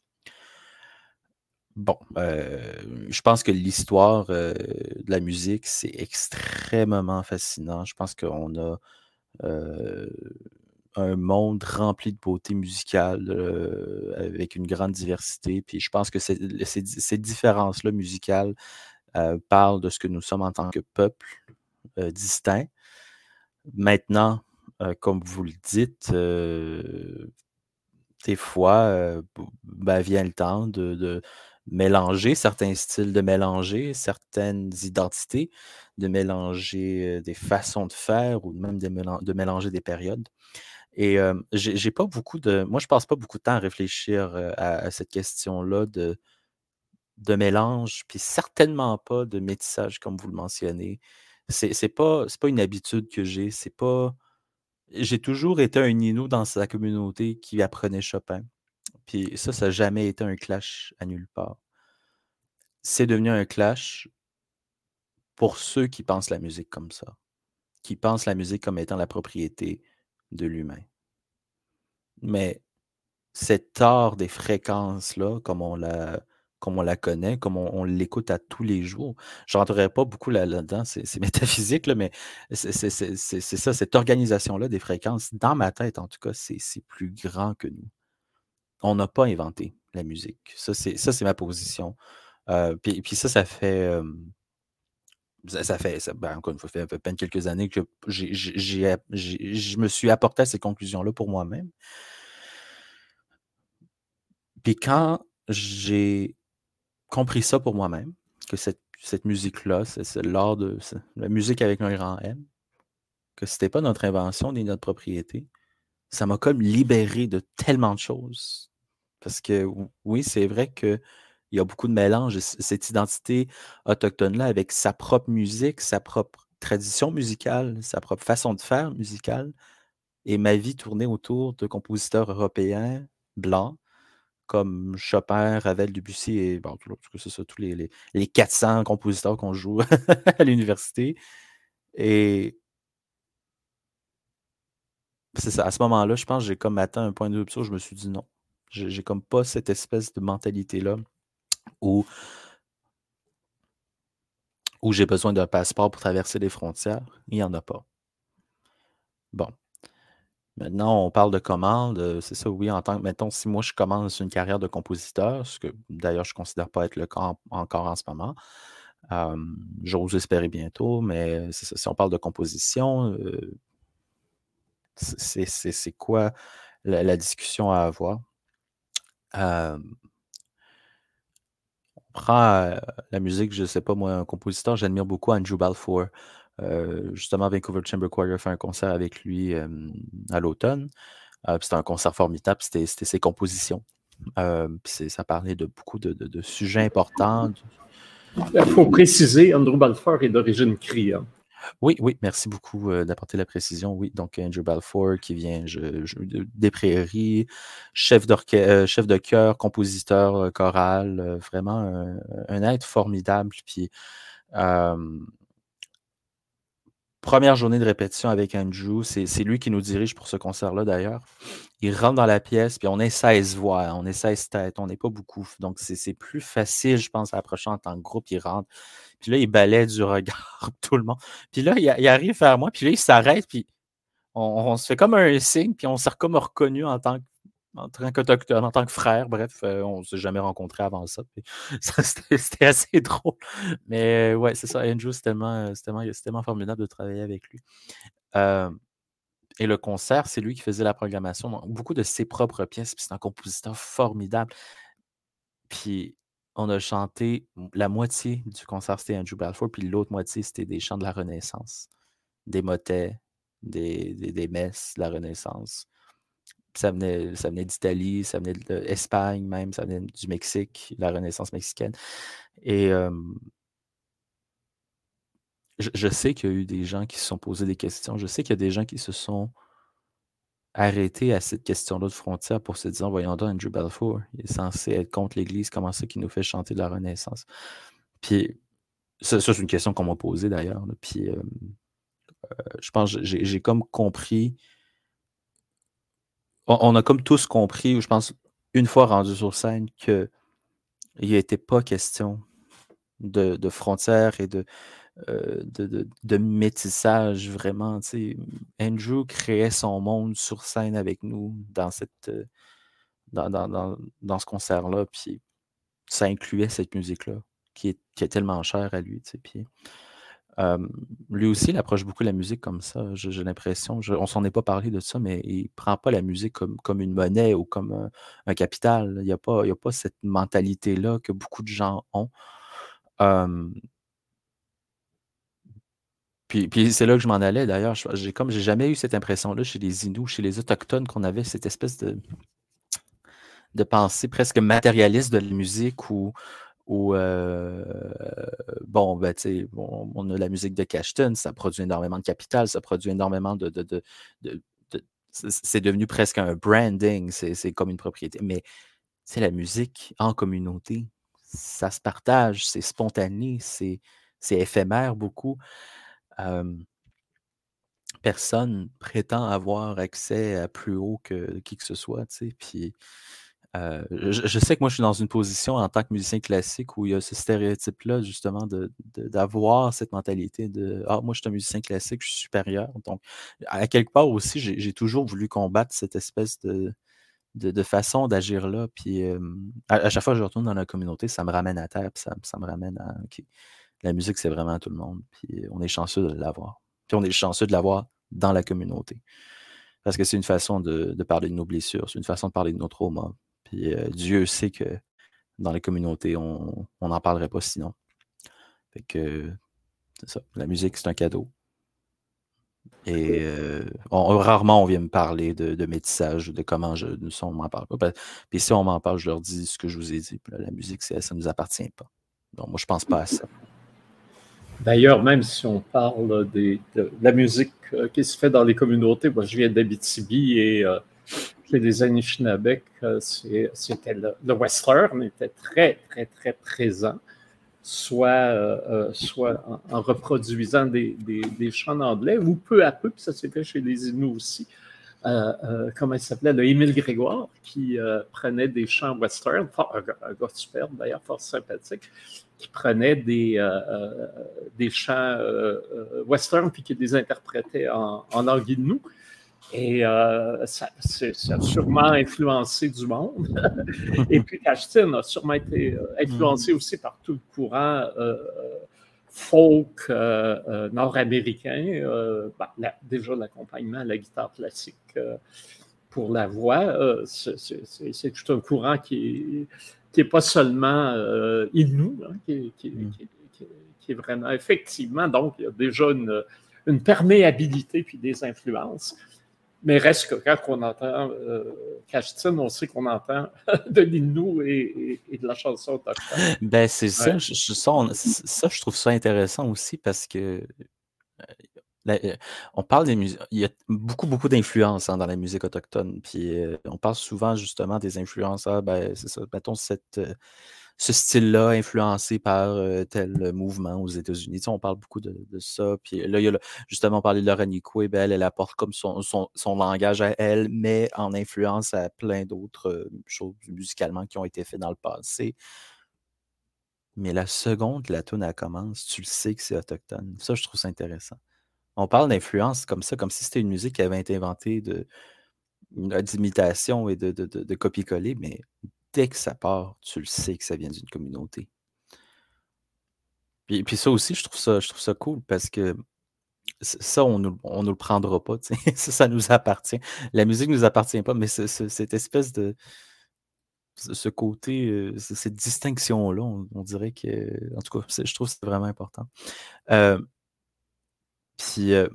Bon, euh, je pense que l'histoire euh, de la musique, c'est extrêmement fascinant. Je pense qu'on a euh, un monde rempli de beauté musicale, euh, avec une grande diversité. Puis je pense que ces, ces, ces différences-là musicales euh, parlent de ce que nous sommes en tant que peuple euh, distinct. Maintenant, euh, comme vous le dites, euh, des fois, euh, ben, vient le temps de, de mélanger certains styles, de mélanger certaines identités, de mélanger euh, des façons de faire ou même de, mélan- de mélanger des périodes. Et euh, j'ai j'ai pas beaucoup de. Moi, je passe pas beaucoup de temps à réfléchir euh, à, à cette question-là de, de mélange, puis certainement pas de métissage, comme vous le mentionnez. C'est c'est pas, c'est pas une habitude que j'ai. C'est pas. J'ai toujours été un Inou dans sa communauté qui apprenait Chopin. Puis ça, ça n'a jamais été un clash à nulle part. C'est devenu un clash pour ceux qui pensent la musique comme ça, qui pensent la musique comme étant la propriété de l'humain. Mais cet art des fréquences-là, comme on la, comme on la connaît, comme on, on l'écoute à tous les jours, je ne rentrerai pas beaucoup là- là-dedans, c'est c'est métaphysique, là, mais c'est c'est- c'est- c'est- c'est ça, cette organisation-là des fréquences, dans ma tête en tout cas, c'est c'est plus grand que nous. On n'a pas inventé la musique. Ça, c'est ça, c'est ma position. Euh, puis, puis ça, ça fait, euh, ça, ça fait, ça- ben, encore une fois, ça fait à peine quelques années que j'ai, j'ai- j'ai- j'ai- je me suis apporté à ces conclusions-là pour moi-même. Puis quand j'ai compris ça pour moi-même, que cette, cette musique-là, c'est c'est l'art de c'est la musique avec un grand M, que c'était pas notre invention ni notre propriété, ça m'a comme libéré de tellement de choses. Parce que ou- oui, c'est vrai qu'il y a beaucoup de mélange, c- cette identité autochtone-là avec sa propre musique, sa propre tradition musicale, sa propre façon de faire musicale, et ma vie tournait autour de compositeurs européens, blancs, comme Chopin, Ravel, Debussy et bon, tout, tout- c'est ça, tous les, les, les quatre cents compositeurs qu'on joue à l'université. Et c'est ça, à ce moment-là, je pense que j'ai comme atteint un point de rupture, je me suis dit non. J'ai j'ai comme pas cette espèce de mentalité-là où où j'ai besoin d'un passeport pour traverser les frontières, il n'y en a pas. Bon. Maintenant, on parle de commande. euh, C'est ça, oui, en tant que, mettons, si moi je commence une carrière de compositeur, ce que d'ailleurs je ne considère pas être le cas en- encore en ce moment, euh, j'ose espérer bientôt, mais c'est ça, si on parle de composition, euh, c'est c'est- c'est quoi la, la discussion à avoir? Euh, on prend euh, la musique, je ne sais pas, moi, un compositeur, j'admire beaucoup Andrew Balfour. Euh, justement, Vancouver Chamber Choir a fait un concert avec lui euh, à l'automne. Euh, puis c'était un concert formidable, c'était c'était ses compositions. Euh, puis c'est- ça parlait de beaucoup de, de- de sujets importants. du- Il faut préciser, Andrew Balfour est d'origine cri. Hein. Oui, oui, merci beaucoup euh, d'apporter la précision. Oui, donc Andrew Balfour qui vient je- je- de- des Prairies, chef, d'orche- euh, chef de chœur, compositeur euh, choral, euh, vraiment un, un être formidable. Puis euh, première journée de répétition avec Andrew, c'est c'est lui qui nous dirige pour ce concert-là d'ailleurs. Il rentre dans la pièce, puis on est seize voix, on est seize têtes, on n'est pas beaucoup. Donc c'est c'est plus facile, je pense, à approcher en tant que groupe. Il rentre, puis là, il balaie du regard tout le monde. Puis là, il, il arrive vers moi, puis là, il s'arrête, puis on, on se fait comme un signe, puis on s'est comme reconnu en tant que en tant qu'autochtone, en tant que frère, bref, euh, on ne s'est jamais rencontrés avant ça. Puis ça, c'était c'était assez drôle. Mais euh, ouais, c'est ça, Andrew, c'est tellement, euh, c'est tellement, c'est tellement formidable de travailler avec lui. Euh, et le concert, c'est lui qui faisait la programmation, donc beaucoup de ses propres pièces, puis c'est un compositeur formidable. Puis on a chanté la moitié du concert, c'était Andrew Balfour, puis l'autre moitié, c'était des chants de la Renaissance, des motets, des, des, des messes de la Renaissance. Puis ça venait, ça venait d'Italie, ça venait d'Espagne même, ça venait du Mexique, la Renaissance mexicaine. Et euh, je, je sais qu'il y a eu des gens qui se sont posés des questions. Je sais qu'il y a des gens qui se sont arrêtés à cette question-là de frontière pour se dire, voyons donc, Andrew Balfour, il est censé être contre l'Église, comment ça qu'il nous fait chanter de la Renaissance? Puis ça, ça, c'est une question qu'on m'a posée d'ailleurs. là. Puis euh, euh, je pense que j'ai j'ai comme compris, on, on a comme tous compris, ou je pense, une fois rendu sur scène, qu'il n'était pas question de, de frontières et de, euh, de, de, de métissage vraiment. tu sais. Andrew créait son monde sur scène avec nous dans, cette, euh, dans, dans, dans, dans ce concert-là. Puis ça incluait cette musique-là qui est, qui est tellement chère à lui. tu sais. Puis euh, lui aussi, il approche beaucoup la musique comme ça. J'ai j'ai l'impression, je- on s'en est pas parlé de ça, mais il prend pas la musique comme, comme une monnaie ou comme un, un capital. Il n'y a pas, il y a pas cette mentalité-là que beaucoup de gens ont. Euh, Puis, puis c'est là que je m'en allais d'ailleurs. Je- J'ai comme j'ai jamais eu cette impression-là chez les Inuits, chez les Autochtones, qu'on avait cette espèce de, de pensée presque matérialiste de la musique où, où euh, bon, ben, tu sais, bon, on a la musique de Cashton, ça produit énormément de capital, ça produit énormément de. de, de, de- de- c'est c'est devenu presque un branding, c'est c'est comme une propriété. Mais c'est la musique en communauté, ça se partage, c'est spontané, c'est c'est éphémère beaucoup. Euh, Personne prétend avoir accès à plus haut que qui que ce soit, tu sais. Puis euh, je, je sais que moi, je suis dans une position en tant que musicien classique où il y a ce stéréotype-là, justement, de, de- d'avoir cette mentalité de Ah, moi, je suis un musicien classique, je suis supérieur. Donc, à quelque part aussi, j'ai, j'ai toujours voulu combattre cette espèce de, de, de façon d'agir-là. Puis euh, à, à chaque fois que je retourne dans la communauté, ça me ramène à terre, puis ça, ça me ramène à OK, la musique, c'est vraiment tout le monde. Puis on est chanceux de l'avoir. Puis on est chanceux de l'avoir dans la communauté. Parce que c'est une façon de, de parler de nos blessures, c'est une façon de parler de nos traumas. Puis euh, Dieu sait que dans les communautés, on n'en parlerait pas sinon. Fait que c'est ça. La musique, c'est un cadeau. Et euh, on- rarement on vient me parler de, de métissage, de comment je, nous on m'en parle pas. Puis si on m'en parle, je leur dis ce que je vous ai dit. Puis là, la musique, c'est- ça ne nous appartient pas. Donc moi, je pense pas à ça. D'ailleurs, même si on parle des, de la musique euh, qui se fait dans les communautés, moi je viens d'Abitibi et euh, chez les Anishinabek, euh, c'est- c'était le, le western était très, très, très présent, soit, euh, euh, soit en, en reproduisant des, des, des chants en anglais ou peu à peu, puis ça s'est fait chez les Inuits aussi, euh, euh, comment il s'appelait, le Émile Grégoire, qui euh, prenait des chants western, fort, un, un gars superbe d'ailleurs, fort sympathique, qui prenait des, euh, euh, des chants euh, euh, western puis qui les interprétait en, en langue inou. Et euh, ça, ça a sûrement influencé du monde. Et puis Cajetan a sûrement été influencé aussi par tout le courant euh, folk euh, euh, nord-américain. Euh, bah, la, déjà l'accompagnement à la guitare classique euh, pour la voix, euh, c'est, c'est, c'est tout un courant qui n'est pas seulement euh, inou, hein, qui, qui, mm. qui, qui, qui est vraiment effectivement, donc il y a déjà une, une perméabilité puis des influences. Mais reste que quand on entend euh, Cajetan, on sait qu'on entend de l'innou et, et, et de la chanson autochtone. Ben, c'est ça, ouais. je, je, ça, on, ça, je trouve ça intéressant aussi parce que euh, la, on parle des musiques, il y a beaucoup, beaucoup d'influences hein, dans la musique autochtone. Puis euh, on parle souvent justement des influences. Ah, ben, c'est ça, mettons cette. Euh, ce style-là influencé par euh, tel mouvement aux États-Unis. Tu sais, on parle beaucoup de, de ça. Puis là, il y a le, justement, on parlait de Laura Nicoué, ben, elle, elle apporte comme son, son, son langage à elle, mais en influence à plein d'autres euh, choses musicalement qui ont été faites dans le passé. Mais la seconde que la tune elle commence, tu le sais que c'est autochtone. Ça, je trouve ça intéressant. On parle d'influence comme ça, comme si c'était une musique qui avait été inventée de, d'imitation et de, de, de, de copier-coller, mais dès que ça part, tu le sais que ça vient d'une communauté. Puis, puis ça aussi, je trouve ça, je trouve ça cool parce que ça, on ne on nous le prendra pas. Ça, ça nous appartient. La musique ne nous appartient pas, mais ce, ce, cette espèce de. Ce côté, euh, cette distinction-là, on, on dirait que. En tout cas, je trouve que c'est vraiment important. Euh, puis. Euh,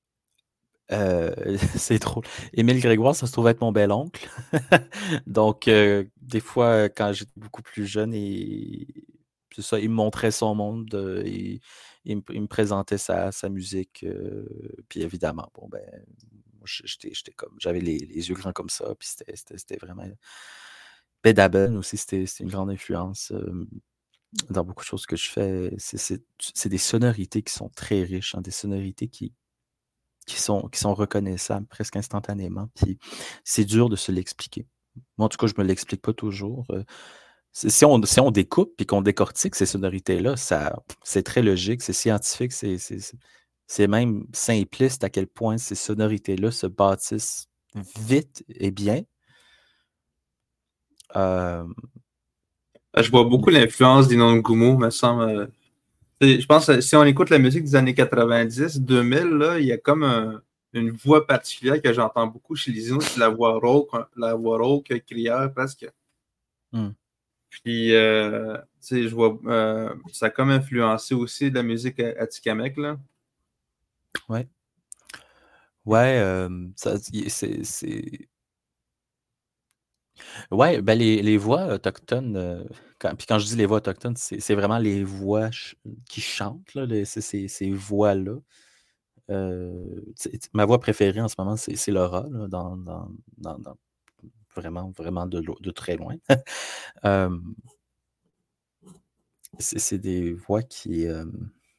Euh, c'est drôle. Émile Grégoire, ça se trouve être mon bel oncle. Donc, euh, des fois, quand j'étais beaucoup plus jeune, et c'est ça, il me montrait son monde, euh, et, il, me, il me présentait sa, sa musique. Euh, puis évidemment, bon, ben, moi, j'étais, j'étais comme, j'avais les, les yeux grands comme ça, puis c'était, c'était, c'était vraiment. Bedaben aussi, c'était, c'était une grande influence euh, dans beaucoup de choses que je fais. C'est, c'est, c'est des sonorités qui sont très riches, hein, des sonorités qui Qui sont, qui sont reconnaissables presque instantanément. Puis c'est dur de se l'expliquer. Moi, en tout cas, je ne me l'explique pas toujours. Si on, si on découpe et qu'on décortique ces sonorités-là, ça, c'est très logique, c'est scientifique, c'est, c'est, c'est même simpliste à quel point ces sonorités-là se bâtissent vite et bien. Euh... Je vois beaucoup l'influence d'Inongumo, me semble. Je pense que si on écoute la musique des années quatre-vingt-dix, deux mille, là, il y a comme un, une voix particulière que j'entends beaucoup chez les Inuits, c'est la voix rauque, la voix rauque, crière presque. Mm. Puis, euh, tu sais, je vois, euh, ça a comme influencé aussi de la musique atikamekw, là. Ouais. Ouais, euh, ça, c'est, c'est... Ouais, ben les, les voix autochtones, euh, quand, puis quand je dis les voix autochtones, c'est, c'est vraiment les voix ch- qui chantent, là, les, c'est, c'est, ces voix-là. Euh, ma voix préférée en ce moment, c'est, c'est Laura, là, dans, dans, dans, dans, vraiment, vraiment de, de très loin. euh, c'est, c'est des voix qui, euh,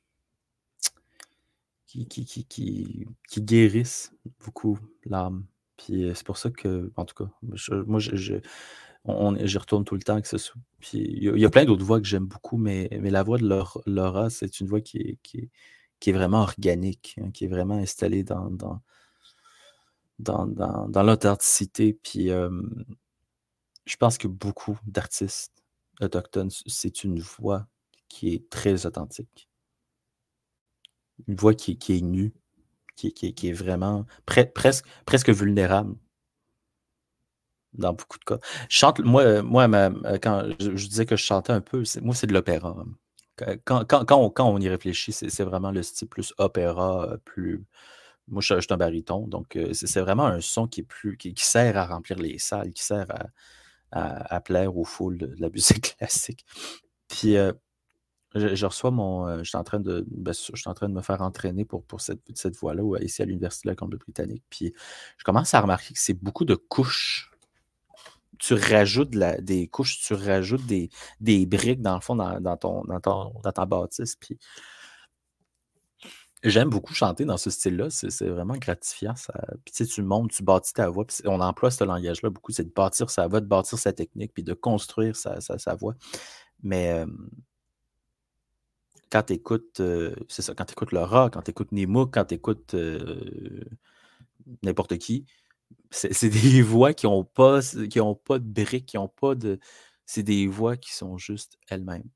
qui, qui, qui, qui, qui guérissent beaucoup l'âme. Puis c'est pour ça que, en tout cas, je, moi, je, je On, on, j'y retourne tout le temps que ce soit. Puis il y, a, il y a plein d'autres voix que j'aime beaucoup, mais, mais la voix de Laura, c'est une voix qui est, qui est, qui est vraiment organique, hein, qui est vraiment installée dans, dans, dans, dans, dans l'authenticité. Puis euh, je pense que beaucoup d'artistes autochtones, c'est une voix qui est très authentique. Une voix qui, qui est nue, qui, qui, qui est vraiment pre, presque, presque vulnérable. Dans beaucoup de cas. Je chante, moi, moi ma, quand je, je disais que je chantais un peu, c'est, moi, c'est de l'opéra. Quand, quand, quand, on, quand on y réfléchit, c'est, c'est vraiment le style plus opéra, plus. Moi, je, je suis un baryton, donc c'est, c'est vraiment un son qui est plus qui, qui sert à remplir les salles, qui sert à, à, à plaire aux foules de, de la musique classique. Puis euh, je, je reçois mon. Euh, je suis en train de. Ben, je suis en train de me faire entraîner pour, pour cette, cette voix-là, ici à l'Université de la Colombie-Britannique. Puis je commence à remarquer que c'est beaucoup de couches. Tu rajoutes la, des couches, tu rajoutes des, des briques, dans le fond, dans, dans, ton, dans, ton, dans ta bâtisse. Puis J'aime beaucoup chanter dans ce style-là, c'est c'est vraiment gratifiant. Ça... Puis tu sais, tu montes, tu bâtis ta voix, puis on emploie ce langage-là beaucoup, c'est de bâtir sa voix, de bâtir sa technique, puis de construire sa, sa, sa voix. Mais euh, quand tu écoutes, euh, c'est ça, quand tu écoutes le rock, quand tu écoutes Nemo, quand tu écoutes euh, n'importe qui, c'est c'est des voix qui n'ont pas, qui ont pas de briques, qui ont pas de. C'est des voix qui sont juste elles-mêmes.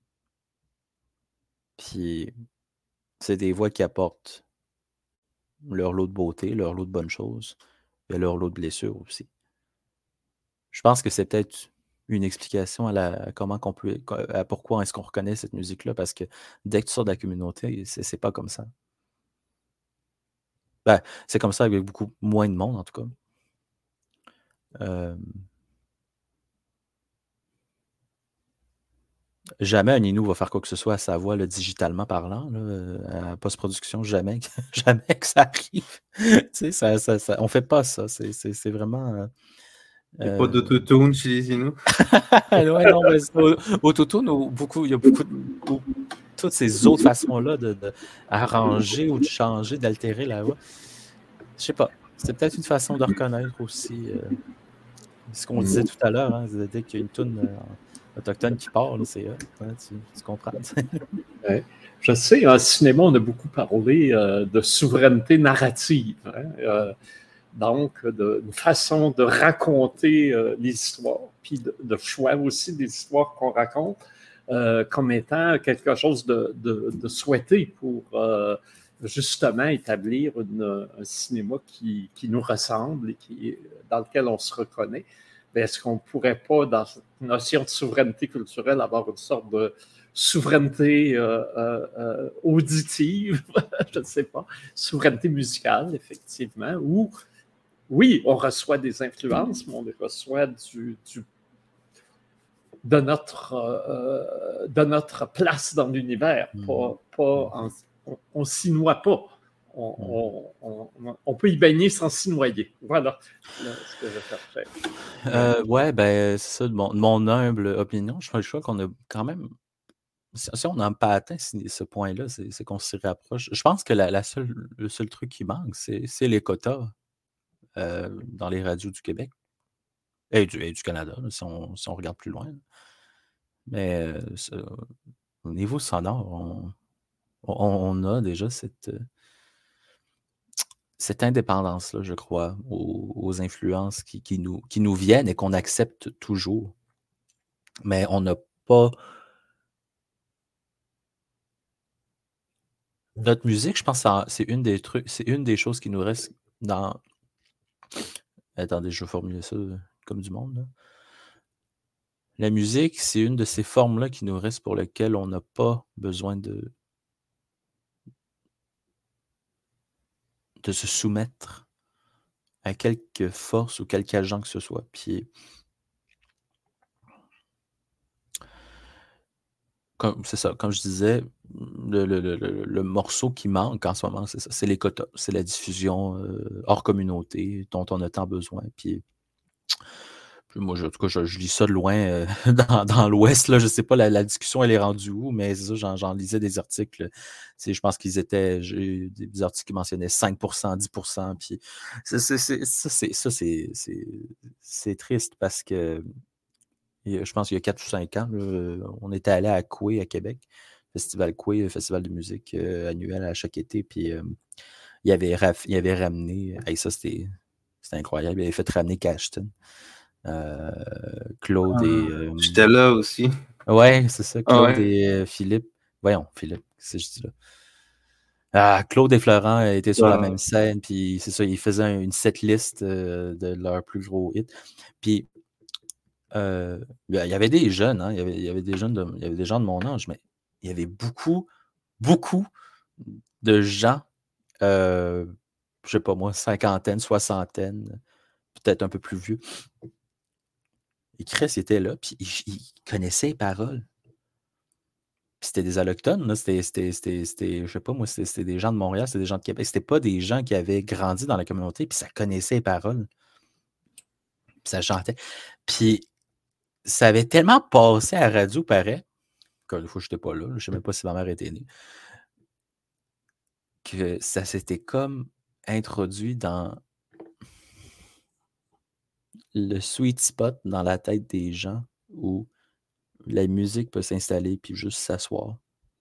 Puis c'est des voix qui apportent leur lot de beauté, leur lot de bonnes choses, et leur lot de blessures aussi. Je pense que c'est peut-être une explication à, la, à comment qu'on peut, à pourquoi est-ce qu'on reconnaît cette musique-là, parce que dès que tu sors de la communauté, c'est c'est pas comme ça. Ben, c'est comme ça avec beaucoup moins de monde, en tout cas. Euh, jamais un Inou va faire quoi que ce soit à sa voix, là, digitalement parlant, là, à post-production, jamais, jamais que ça arrive. Tu sais, ça, ça, ça, on fait pas ça. C'est c'est- c'est vraiment. euh, Il n'y a euh, pas d'autotune chez les Inuits. ouais, non, mais c'est au- autotune, ou beaucoup, il y a beaucoup de. ou toutes ces autres façons-là de, de arranger ou de changer, d'altérer la voix. Je sais pas. C'est peut-être une façon de reconnaître aussi euh, ce qu'on disait tout à l'heure. Hein, dès qu'il y a une toune euh, autochtone qui part, là, c'est hot, hein, tu, tu comprends. Ouais. Je sais, en cinéma, on a beaucoup parlé euh, de souveraineté narrative. Hein, euh, donc, de, une façon de raconter euh, les histoires, puis de, de choix aussi des histoires qu'on raconte euh, comme étant quelque chose de, de, de souhaité pour euh, justement établir une, un cinéma qui, qui nous ressemble et qui, dans lequel on se reconnaît. Mais est-ce qu'on ne pourrait pas, dans cette notion de souveraineté culturelle, avoir une sorte de souveraineté euh, euh, euh, auditive, je ne sais pas, souveraineté musicale, effectivement, ou oui, on reçoit des influences, mais on les reçoit du, du, de, notre, euh, de notre place dans l'univers. Mm. Pas, pas en, on ne s'y noie pas. On, mm. on, on, on peut y baigner sans s'y noyer. Voilà là, ce que je cherchais. Euh, ouais, ben, c'est ça, de mon, de mon humble opinion. Je crois, je crois qu'on a quand même. Si on n'a pas atteint ce point-là, c'est qu'on s'y rapproche. Je pense que la, la seule, le seul truc qui manque, c'est les quotas euh, dans les radios du Québec et du, et du Canada, là, si, on, si on regarde plus loin. Mais euh, ça, au niveau sonore, on, on, on a déjà cette, cette indépendance-là, je crois, aux, aux influences qui, qui, nous, qui nous viennent et qu'on accepte toujours. Mais on n'a pas... Notre musique, je pense que c'est une des trucs, c'est une des choses qui nous reste dans... Attendez, je vais formuler ça comme du monde. Là. La musique, c'est une de ces formes-là qui nous reste pour lesquelles on n'a pas besoin de, de se soumettre à quelque force ou quelque agent que ce soit. Puis, c'est ça, comme je disais, le, le, le, le morceau qui manque en ce moment, c'est ça, c'est les quotas, c'est la diffusion euh, hors communauté dont on a tant besoin. Puis, puis moi, je, en tout cas, je, je lis ça de loin euh, dans, dans l'Ouest. Là, je sais pas la, la discussion, elle est rendue où, mais c'est ça, j'en lisais des articles. Je pense qu'ils étaient, j'ai des articles qui mentionnaient cinq pour cent, dix pour cent. Puis c'est, c'est, c'est, ça, c'est, ça c'est, c'est, c'est triste parce que je pense qu'il y a quatre ou cinq ans, là, on était allé à Coué, à Québec, Festival Coué, festival de musique euh, annuel à chaque été. Puis euh, il, avait raf, il avait ramené, hey, ça c'était, c'était incroyable, il avait fait ramener Cashton. Euh, Claude ah, et... Euh, J'étais là aussi. Ouais, c'est ça, Claude ah, ouais. et euh, Philippe. Voyons, Philippe, qu'est-ce que je dis là? Ah, Claude et Florent étaient sur ah. la même scène, puis c'est ça, ils faisaient une setlist euh, de leurs plus gros hits. Puis, euh, il y avait des jeunes, hein, il, y avait, il y avait des jeunes de, il y avait des gens de mon âge, mais il y avait beaucoup, beaucoup de gens, euh, je sais pas moi, cinquantaine, soixantaine, peut-être un peu plus vieux. Et Chris était là, puis il, il connaissait les paroles. Puis c'était des Allochtones, là, c'était, c'était, c'était, c'était, je sais pas moi, c'était, c'était des gens de Montréal, c'était des gens de Québec. C'était pas des gens qui avaient grandi dans la communauté, puis ça connaissait les paroles. Puis ça chantait. Puis ça avait tellement passé à la radio, paraît, qu'une fois, je n'étais pas là, je ne sais même pas si ma mère était née, que ça s'était comme introduit dans le sweet spot dans la tête des gens où la musique peut s'installer puis juste s'asseoir.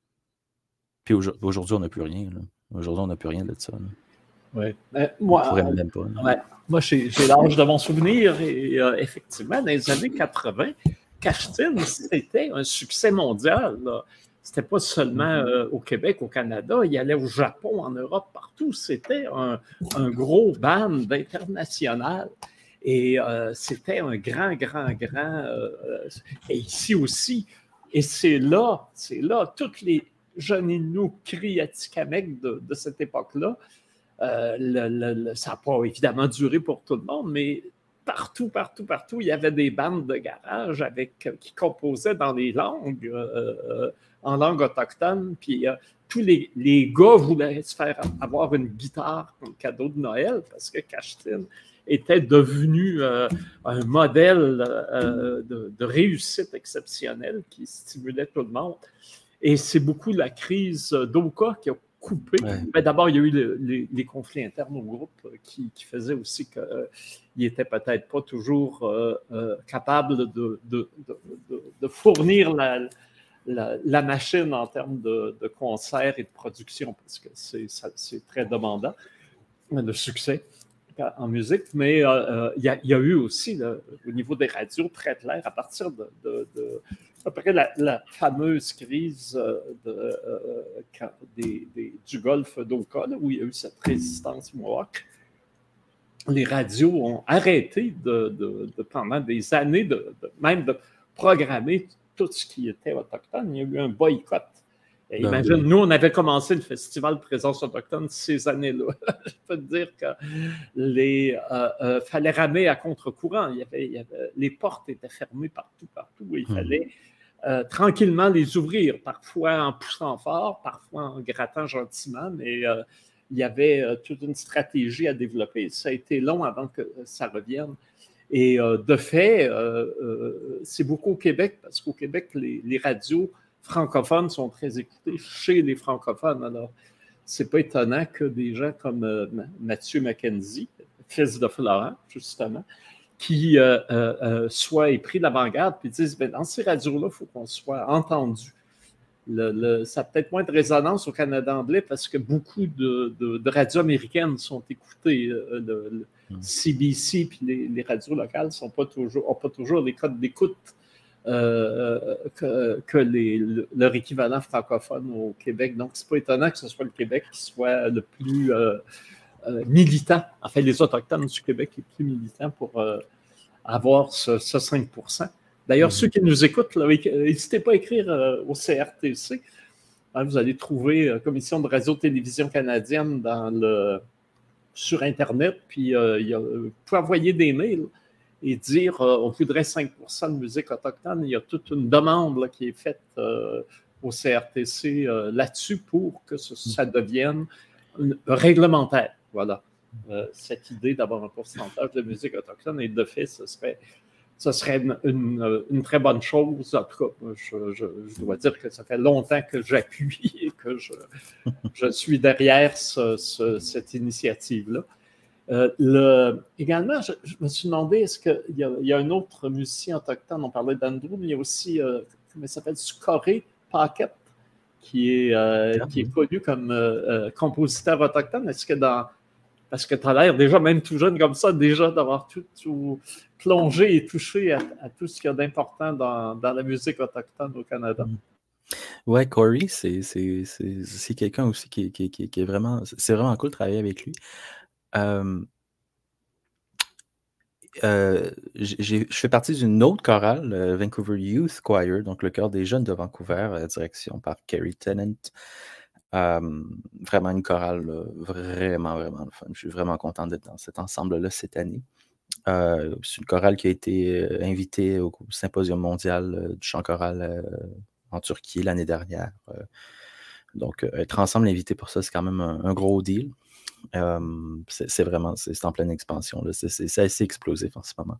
Puis aujourd- aujourd'hui, on n'a plus rien. Là. Aujourd'hui, on n'a plus rien de ça. Là. Ouais. Mais On moi, pourrait euh, même pas. là. ouais. Moi, j'ai j'ai l'âge de mon souvenir et euh, effectivement, dans les années quatre-vingts, Cachetin, c'était un succès mondial. Là. C'était pas seulement euh, au Québec, au Canada, il allait au Japon, en Europe, partout. C'était un, un gros band international. Et euh, c'était un grand, grand, grand. euh, et ici aussi. Et c'est là, c'est là, toutes les jeunes Inuits crient Atikamekw de, de cette époque-là. Euh, le, le, le, ça n'a pas évidemment duré pour tout le monde, mais partout, partout, partout, il y avait des bandes de garage avec, qui composaient dans les langues, euh, en langue autochtone. Puis euh, tous les, les gars voulaient se faire avoir une guitare comme cadeau de Noël parce que Cachetin était devenu euh, un modèle euh, de, de réussite exceptionnelle qui stimulait tout le monde. Et c'est beaucoup la crise d'Oka qui a coupé. Ouais. Ben, d'abord, il y a eu le, les, les conflits internes au groupe qui, qui faisaient aussi qu'il euh, n'était peut-être pas toujours euh, euh, capable de, de, de, de, de fournir la, la, la machine en termes de, de concerts et de production, parce que c'est, ça, c'est très demandant, le succès en musique. Mais euh, il, y a, il y a eu aussi, là, au niveau des radios, très clair, à partir de... de, de après la, la fameuse crise de, euh, quand, des, des, du golfe d'Oka, où il y a eu cette résistance Mohawk, les radios ont arrêté de, de, de pendant des années, de, de, même de programmer tout ce qui était autochtone. Il y a eu un boycott. Et Ben imagine, oui. nous, on avait commencé le festival de présence autochtone ces années-là. Je peux te dire que les euh, euh, fallait ramer à contre-courant. Il y avait, il y avait, les portes étaient fermées partout, partout. Il Hmm. fallait euh, tranquillement les ouvrir, parfois en poussant fort, parfois en grattant gentiment, mais euh, il y avait euh, toute une stratégie à développer. Ça a été long avant que ça revienne. Et euh, de fait, euh, euh, c'est beaucoup au Québec, parce qu'au Québec, les, les radios francophones sont très écoutées chez les francophones. Alors, c'est pas étonnant que des gens comme euh, Mathieu Mackenzie, fils de Florent, justement, qui euh, euh, soient épris de l'avant-garde puis disent, ben, dans ces radios-là, il faut qu'on soit entendu. Le, le, ça a peut-être moins de résonance au Canada anglais parce que beaucoup de, de, de radios américaines sont écoutées. Le, le C B C puis les, les radios locales n'ont pas toujours, pas toujours les codes d'écoute euh, que, que les, le, leur équivalent francophone au Québec. Donc, c'est pas étonnant que ce soit le Québec qui soit le plus euh, euh, militant. En fait, les Autochtones du Québec sont plus militants pour euh, avoir ce, ce cinq pour cent. D'ailleurs, mm-hmm. ceux qui nous écoutent, n'hésitez pas à écrire euh, au C R T C. Hein, vous allez trouver euh, Commission de radio-télévision canadienne dans le, sur Internet. Puis, euh, y a, vous pouvez envoyer des mails et dire euh, on voudrait cinq pour cent de musique autochtone. Il y a toute une demande là, qui est faite euh, au C R T C euh, là-dessus pour que ce, ça devienne une, réglementaire. Voilà. Euh, cette idée d'avoir un pourcentage de musique autochtone, et de fait, ce serait, ce serait une, une, une très bonne chose. En tout cas, je, je, je dois dire que ça fait longtemps que j'appuie et que je, je suis derrière ce, ce, cette initiative-là. Euh, le, également, je, je me suis demandé, est-ce qu'il y, y a un autre musicien autochtone, on parlait d'Andrew, mais il y a aussi, euh, comment il s'appelle, Corey Paquette, qui est, euh, qui est connu comme euh, euh, compositeur autochtone. Est-ce que dans... Parce que tu as l'air déjà, même tout jeune comme ça, déjà d'avoir tout, tout plongé et touché à, à tout ce qu'il y a d'important dans, dans la musique autochtone au Canada. Ouais, Corey, c'est, c'est, c'est, c'est quelqu'un aussi qui, qui, qui, qui est vraiment... C'est vraiment cool de travailler avec lui. Euh, euh, j'ai, je fais partie d'une autre chorale, le Vancouver Youth Choir, donc le chœur des jeunes de Vancouver, euh, direction par Kerry Tennant. Euh, vraiment une chorale là, vraiment, vraiment le fun. Je suis vraiment content d'être dans cet ensemble-là cette année. Euh, c'est une chorale qui a été euh, invitée au Symposium mondial euh, du chant choral euh, en Turquie l'année dernière. Euh, donc, euh, être ensemble invité pour ça, c'est quand même un, un gros deal. Euh, c'est, c'est vraiment, c'est, c'est en pleine expansion. Là. C'est, c'est, c'est assez explosif en ce moment.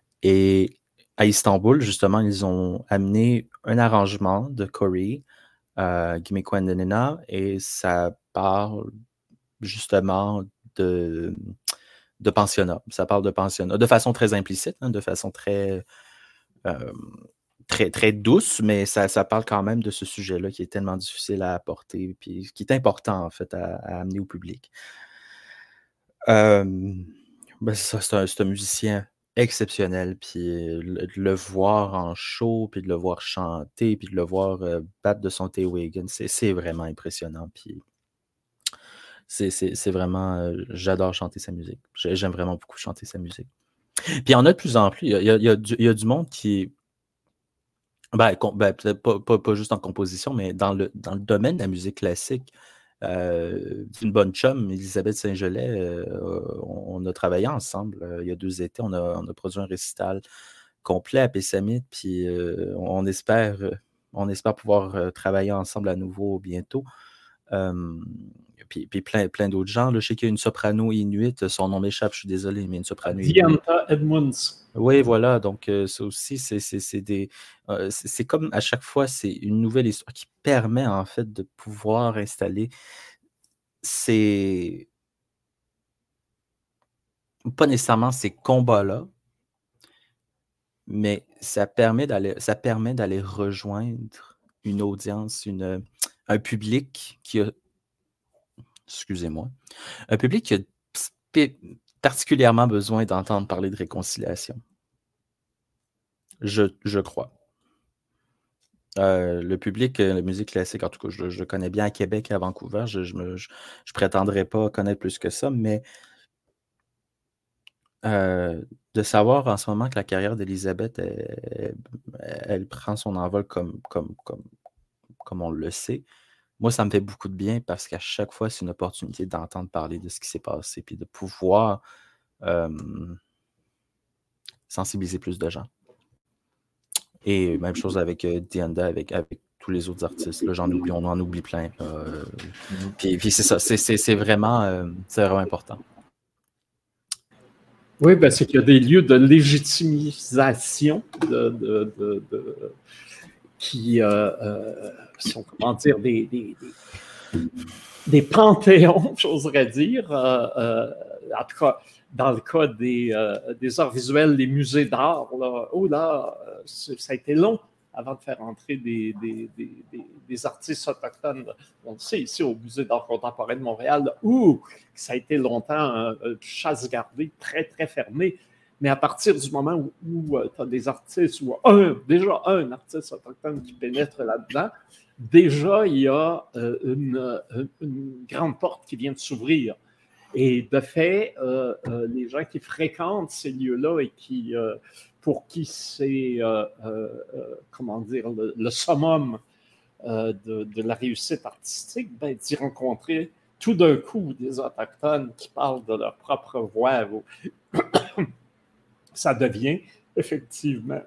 Et à Istanbul, justement, ils ont amené un arrangement de Corey euh, Gimekwandenena, et ça parle justement de, de pensionnat. Ça parle de pensionnat de façon très implicite, hein, de façon très, euh, très, très douce, mais ça, ça parle quand même de ce sujet-là qui est tellement difficile à apporter, puis qui est important en fait à, à amener au public. Euh, ben c'est ça, c'est un, c'est un musicien exceptionnel, puis le, de le voir en show, puis de le voir chanter, puis de le voir euh, battre de son T-Wagon, c'est, c'est vraiment impressionnant, puis c'est, c'est, c'est vraiment... euh, j'adore chanter sa musique. J'ai- J'aime vraiment beaucoup chanter sa musique. Puis il y en a de plus en plus. Il y a, il y a- il y a du, il y a du monde qui... Ben, com- ben, peut-être pas, pas, pas juste en composition, mais dans le, dans le domaine de la musique classique, euh, d'une bonne chum, Elisabeth Saint-Gelais, euh, on, on a travaillé ensemble euh, il y a deux étés. On a, on a produit un récital complet à Pessamit, puis euh, on, on espère, euh, on espère pouvoir euh, travailler ensemble à nouveau bientôt. Euh, puis, puis plein, plein d'autres gens. Là, je sais qu'il y a une soprano inuite, son nom m'échappe, je suis désolé, mais une soprano inuite. Dianta Edmonds. Oui, voilà. Donc, euh, ça aussi, c'est, c'est, c'est des. euh, c'est, c'est comme à chaque fois, c'est une nouvelle histoire qui permet en fait de pouvoir installer ces. Pas nécessairement ces combats-là, mais ça permet d'aller, ça permet d'aller rejoindre une audience, une, un public qui a. Excusez-moi. Un public qui a spé- particulièrement besoin d'entendre parler de réconciliation. Je, je crois. Euh, le public, euh, la musique classique, en tout cas, je, je le connais bien à Québec et à Vancouver. Je je, me, je, je prétendrai pas connaître plus que ça, mais euh, de savoir en ce moment que la carrière d'Elisabeth, elle, elle- elle prend son envol comme, comme, comme, comme on le sait, moi, ça me fait beaucoup de bien parce qu'à chaque fois, c'est une opportunité d'entendre parler de ce qui s'est passé puis de pouvoir euh, sensibiliser plus de gens. Et même chose avec euh, Dianda, avec, avec tous les autres artistes. Là, j'en oublie, on en oublie plein. Euh, puis, puis c'est ça, c'est, c'est, c'est vraiment, euh, c'est vraiment important. Oui, ben, c'est qu'il y a des lieux de légitimisation de, de, de, de qui euh, euh, sont, comment dire, des, des, des, des panthéons, j'oserais dire. Euh, euh, en tout cas, dans le cas des, euh, des arts visuels, des musées d'art, là, oh là, ça a été long avant de faire entrer des, des, des, des, des artistes autochtones. On le sait ici au Musée d'art contemporain de Montréal, là, où ça a été longtemps une chasse gardée, très, très fermée. Mais à partir du moment où, où euh, tu as des artistes, ou un, déjà un artiste autochtone qui pénètre là-dedans, déjà il y a euh, une, une grande porte qui vient de s'ouvrir. Et de fait, euh, euh, les gens qui fréquentent ces lieux-là et qui, euh, pour qui c'est, euh, euh, comment dire, le, le summum euh, de, de la réussite artistique, ben, d'y rencontrer tout d'un coup des Autochtones qui parlent de leur propre voix. Ça devient effectivement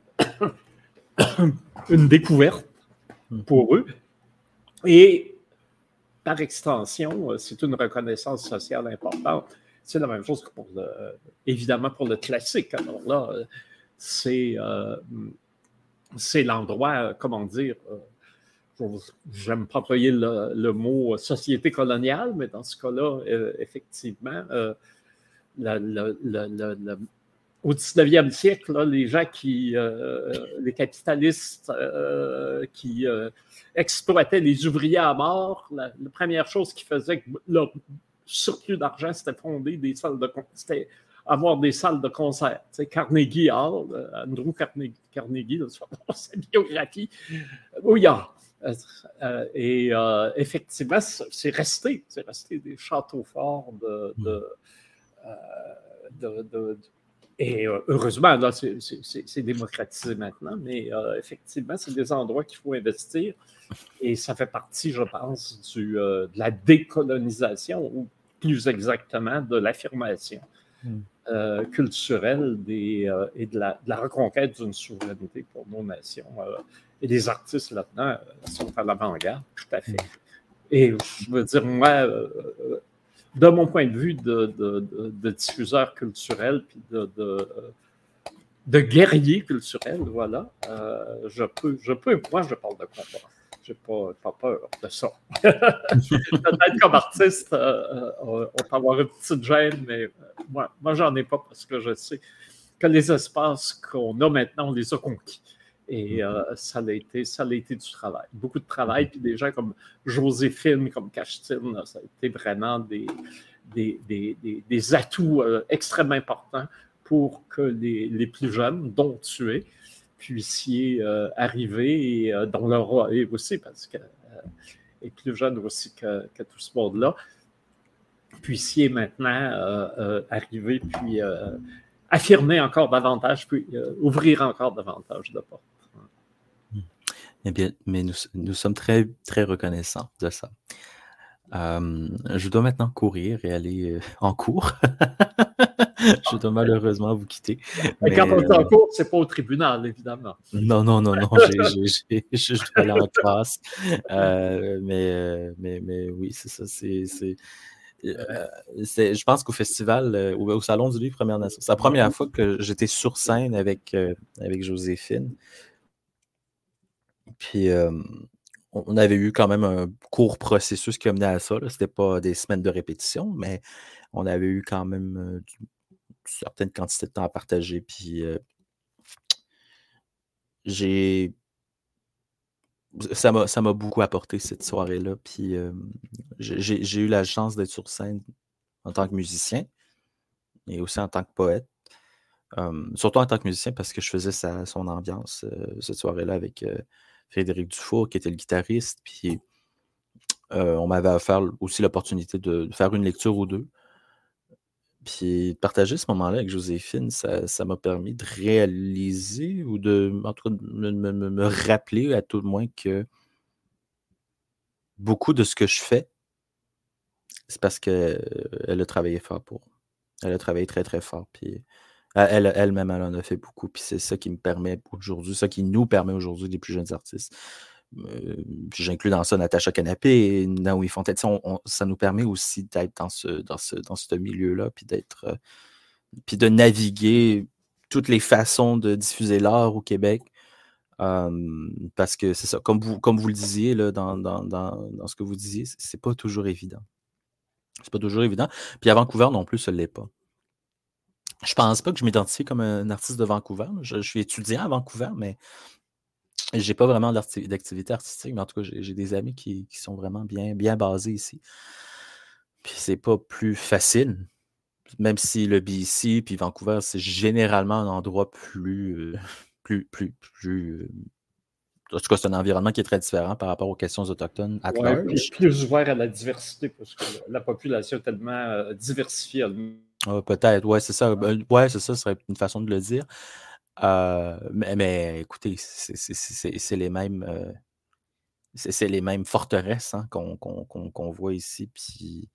une découverte pour eux. Et par extension, c'est une reconnaissance sociale importante. C'est la même chose que pour le, évidemment pour le classique. Alors là, c'est, euh, c'est l'endroit, comment dire, euh, j'aime pas employer le, le mot société coloniale, mais dans ce cas-là, euh, effectivement, euh, la, la, la, la, la au dix-neuvième siècle, là, les gens qui, euh, les capitalistes euh, qui euh, exploitaient les ouvriers à mort, la, la première chose qu'ils faisaient, le surplus d'argent, c'était fonder des salles de c'était avoir des salles de concert. Tu sais, Carnegie Hall, Andrew Carnegie, Carnegie là, sa biographie, où il y a. Euh, et euh, effectivement, c'est resté, c'est resté des châteaux forts de, de, euh, de, de Et euh, heureusement, là, c'est, c'est, c'est démocratisé maintenant, mais euh, effectivement, c'est des endroits qu'il faut investir. Et ça fait partie, je pense, du, euh, de la décolonisation, ou plus exactement de l'affirmation mm. euh, culturelle des, euh, et de la, de la reconquête d'une souveraineté pour nos nations. Euh, et les artistes là-dedans euh, sont à l'avant-garde, tout à fait. Mm. Et je veux dire, moi, euh, de mon point de vue de, de, de, de diffuseur culturel, puis de, de, de guerrier culturel, voilà, euh, je peux, je peux, moi je parle de combat. j'ai pas, pas peur de ça. Peut-être comme artiste, euh, on peut avoir une petite gêne, mais euh, moi, moi j'en ai pas parce que je sais que les espaces qu'on a maintenant, on les a conquis. Et euh, ça, a été, ça a été du travail. Beaucoup de travail. Puis des gens comme Joséphine, comme Cachetine, ça a été vraiment des, des, des, des, des atouts euh, extrêmement importants pour que les, les plus jeunes, dont tu es, puissiez euh, arriver et euh, dont leur et aussi, parce que euh, est plus jeune aussi que, que tout ce monde-là, puissiez maintenant euh, euh, arriver puis euh, affirmer encore davantage, puis euh, ouvrir encore davantage de portes. Eh bien, mais nous, nous sommes très, très reconnaissants de ça. Euh, je dois maintenant courir et aller euh, en cours. Je dois malheureusement vous quitter. Mais quand on est en cours, c'est pas au tribunal, évidemment. Non, non, non, non, j'ai, j'ai, j'ai, je dois aller en classe. Euh, mais, euh, mais, mais oui, c'est ça. C'est, c'est, euh, c'est, je pense qu'au festival, euh, au, au Salon du Livre Première Nation, c'est la première fois que j'étais sur scène avec, euh, avec Joséphine. Puis, euh, on avait eu quand même un court processus qui a mené à ça. Là. C'était pas des semaines de répétition, mais on avait eu quand même euh, une certaine quantité de temps à partager. Puis, euh, j'ai... Ça m'a, ça m'a beaucoup apporté cette soirée-là. Puis, euh, j'ai, j'ai eu la chance d'être sur scène en tant que musicien et aussi en tant que poète. Euh, surtout en tant que musicien parce que je faisais sa, son ambiance euh, cette soirée-là avec euh, Frédéric Dufour, qui était le guitariste. Puis, Euh, on m'avait offert aussi l'opportunité de, de faire une lecture ou deux. Puis de partager ce moment-là avec Joséphine, ça, ça m'a permis de réaliser ou de, en tout cas, de me, me, me rappeler à tout le moins que beaucoup de ce que je fais, c'est parce qu'elle a travaillé fort pour. Elle a travaillé très, très fort. Puis elle, elle-même, elle en a fait beaucoup. Puis c'est ça qui me permet aujourd'hui, ça qui nous permet aujourd'hui, les plus jeunes artistes. Euh, j'inclus dans ça Natacha Canapé et Naomi Fontaine. On, on, ça nous permet aussi d'être dans ce, dans ce, dans ce milieu-là, puis d'être, euh, puis de naviguer toutes les façons de diffuser l'art au Québec. Euh, parce que c'est ça, comme vous, comme vous le disiez là, dans, dans, dans, dans ce que vous disiez, c'est pas toujours évident. C'est pas toujours évident. Puis à Vancouver non plus, ça ne l'est pas. Je pense pas que je m'identifie comme un artiste de Vancouver. Je, je suis étudiant à Vancouver, mais j'ai pas vraiment d'activité artistique, mais en tout cas, j'ai, j'ai des amis qui, qui sont vraiment bien, bien basés ici. Puis c'est pas plus facile, même si le B C puis Vancouver, c'est généralement un endroit plus, euh, plus, plus, plus. Euh, en tout cas, c'est un environnement qui est très différent par rapport aux questions autochtones at ouais, large. Plus, plus ouvert à la diversité, parce que la population est tellement euh, diversifiée. Ah, peut-être, ouais, c'est ça. Ouais, c'est ça, ce serait une façon de le dire. Euh, mais, mais écoutez, c'est, c'est, c'est, c'est les mêmes euh, c'est, c'est les mêmes forteresses hein, qu'on, qu'on, qu'on, qu'on voit ici. Puis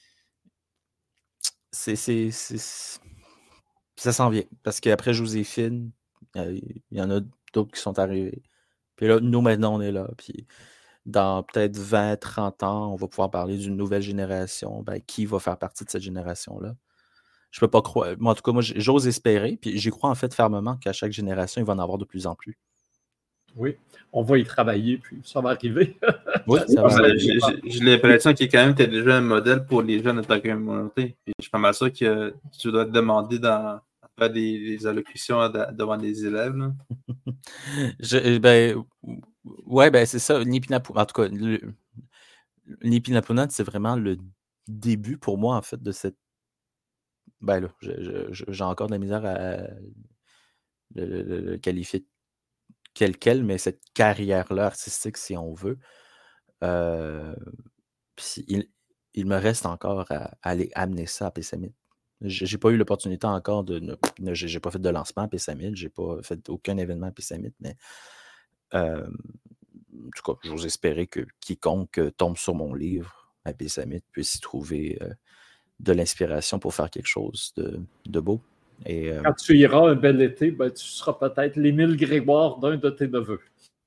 c'est, c'est, c'est, ça s'en vient. Parce qu'après Joséphine, il y en a d'autres qui sont arrivés. Puis là, nous maintenant, on est là. Puis dans peut-être vingt, trente ans, on va pouvoir parler d'une nouvelle génération. Ben, qui va faire partie de cette génération-là? Je peux pas croire. Moi, en tout cas, moi, j'ose espérer. Puis j'y crois en fait fermement qu'à chaque génération, il va en avoir de plus en plus. Oui, on va y travailler, puis ça va arriver. Oui, ça va arriver. J'ai, j'ai, j'ai l'impression qu'il est quand même t'es déjà un modèle pour les jeunes de ta communauté. Puis je suis pas mal sûr que tu dois te demander dans, à faire des, des allocutions de, devant des élèves. Là. je, ben, ouais, ben c'est ça. Nipinapu, en tout cas, le, Nipinapunat, c'est vraiment le début pour moi, en fait, de cette. Ben là, je, je, j'ai encore de la misère à le, le, le qualifier quel quel, mais cette carrière-là artistique, si on veut. Euh, il, il me reste encore à, à aller amener ça à Pessamit. J'ai pas eu l'opportunité encore de. Ne, j'ai pas fait de lancement à Pessamit, j'ai pas fait aucun événement à Pessamit, mais euh, en tout cas, j'ose espérer que quiconque tombe sur mon livre à Pessamit puisse y trouver euh, de l'inspiration pour faire quelque chose de, de beau. Et, euh, quand tu iras un bel été, ben, tu seras peut-être l'Émile Grégoire d'un de tes neveux.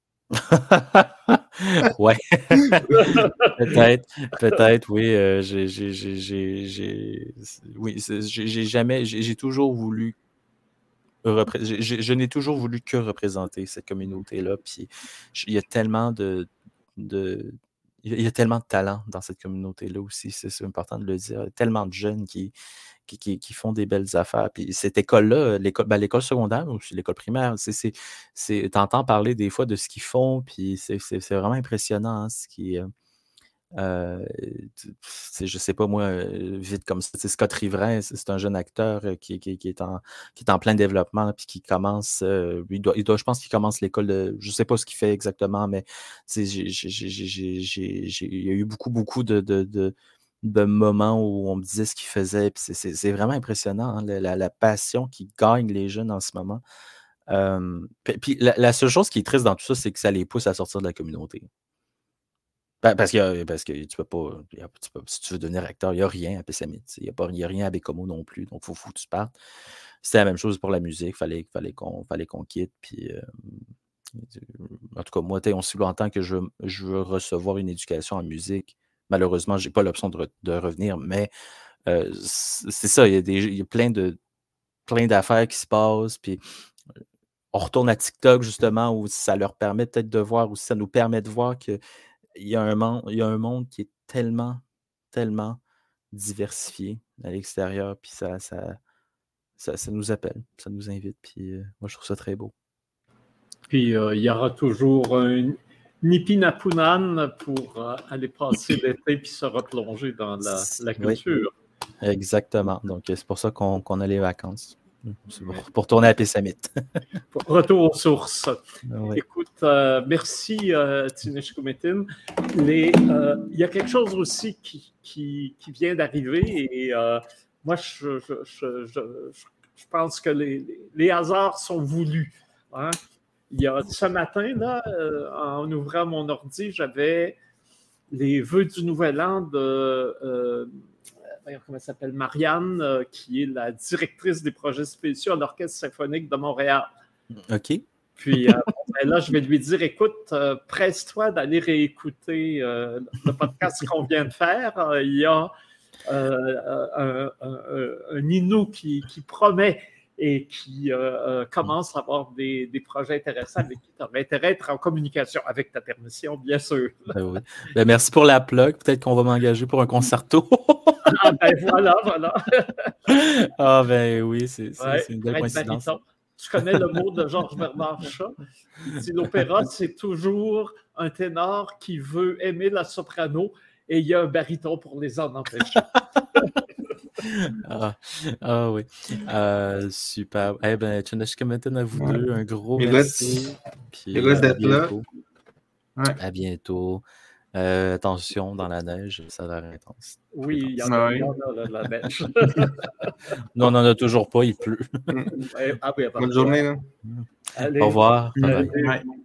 ouais, peut-être, peut-être, oui. Euh, j'ai, j'ai, j'ai, j'ai, oui, j'ai, j'ai jamais, j'ai, j'ai toujours voulu, repré- j'ai, je n'ai toujours voulu que représenter cette communauté-là. Puis il y a tellement de, de... Il y a tellement de talent dans cette communauté-là aussi, c'est, c'est important de le dire. Il y a tellement de jeunes qui, qui, qui, qui font des belles affaires. Puis cette école-là, l'école, ben, l'école secondaire ou l'école primaire, c'est, c'est, c'est, t'entends parler des fois de ce qu'ils font, puis c'est, c'est, c'est vraiment impressionnant hein, ce qui... Euh, Euh, je sais pas moi, vite comme ça. Scott Riverain, c'est un jeune acteur qui, qui, qui, est, en, qui est en plein développement puis qui commence, euh, il, doit, il doit, je pense qu'il commence l'école de, je sais pas ce qu'il fait exactement, mais j'ai, j'ai, j'ai, j'ai, j'ai, j'ai, il y a eu beaucoup, beaucoup de, de, de, de moments où on me disait ce qu'il faisait. Puis c'est, c'est, c'est vraiment impressionnant, hein, la, la passion qui gagne les jeunes en ce moment. Euh, puis, puis la, la seule chose qui est triste dans tout ça, c'est que ça les pousse à sortir de la communauté. Parce que, parce que tu peux pas, tu peux, si tu veux devenir acteur, il n'y a rien à Pessamit. Il n'y a, a rien à Bécomo non plus. Donc, il faut, faut que tu partes. C'était la même chose pour la musique. Il fallait, fallait, qu'on, fallait qu'on quitte. Puis, euh, en tout cas, moi, on si longtemps que je, je veux recevoir une éducation en musique. Malheureusement, je n'ai pas l'option de, re, de revenir. Mais euh, c'est ça. Il y a, des, il y a plein, de, plein d'affaires qui se passent. Puis, on retourne à TikTok, justement, où ça leur permet peut-être de voir, ou ça nous permet de voir que Il y, a un monde, il y a un monde qui est tellement, tellement diversifié à l'extérieur, puis ça, ça, ça, ça nous appelle, ça nous invite, puis euh, moi, je trouve ça très beau. Puis, euh, il y aura toujours un Nipinapunan pour euh, aller passer l'été puis se replonger dans la, la culture. Oui, exactement. Donc, c'est pour ça qu'on, qu'on a les vacances. C'est pour, pour tourner à Pessamit. Retour aux sources. Oui. Écoute, euh, merci euh, Tinesh Kumetin. Les, euh, il y a quelque chose aussi qui, qui, qui vient d'arriver et euh, moi je, je, je, je, je pense que les, les hasards sont voulus. Hein? Il y a ce matin, là, euh, en ouvrant mon ordi, j'avais les vœux du Nouvel An de... Euh, comment elle s'appelle, Marianne, euh, qui est la directrice des projets spéciaux à l'Orchestre symphonique de Montréal. OK. Puis euh, ben là, je vais lui dire, écoute, euh, presse-toi d'aller réécouter euh, le podcast qu'on vient de faire. Euh, il y a euh, un, un, un Inou qui, qui promet et qui euh, commence à avoir des, des projets intéressants avec qui tu aurais intérêt à être en communication, avec ta permission, bien sûr. Ben oui. Ben merci pour la plug. Peut-être qu'on va m'engager pour un concerto. Ah ben voilà, voilà. Ah ben oui, c'est, c'est, ouais, c'est une belle coïncidence. Bariton. Tu connais le mot de Georges Bernard Shaw? Il dit l'opéra, c'est toujours un ténor qui veut aimer la soprano et il y a un baryton pour les en empêcher. ah, ah oui. Euh, super. Eh bien, Tinesh Kumetin à vous ouais. deux. Un gros il merci. Puis, il reste d'être là. Ouais. À bientôt. Euh, attention, dans la neige, ça va être intense. Oui, il y en a, il y en a là, la neige. Non, on n'en a toujours pas, il pleut. Ah, oui, bonne journée. Là. Allez, au revoir. Allez.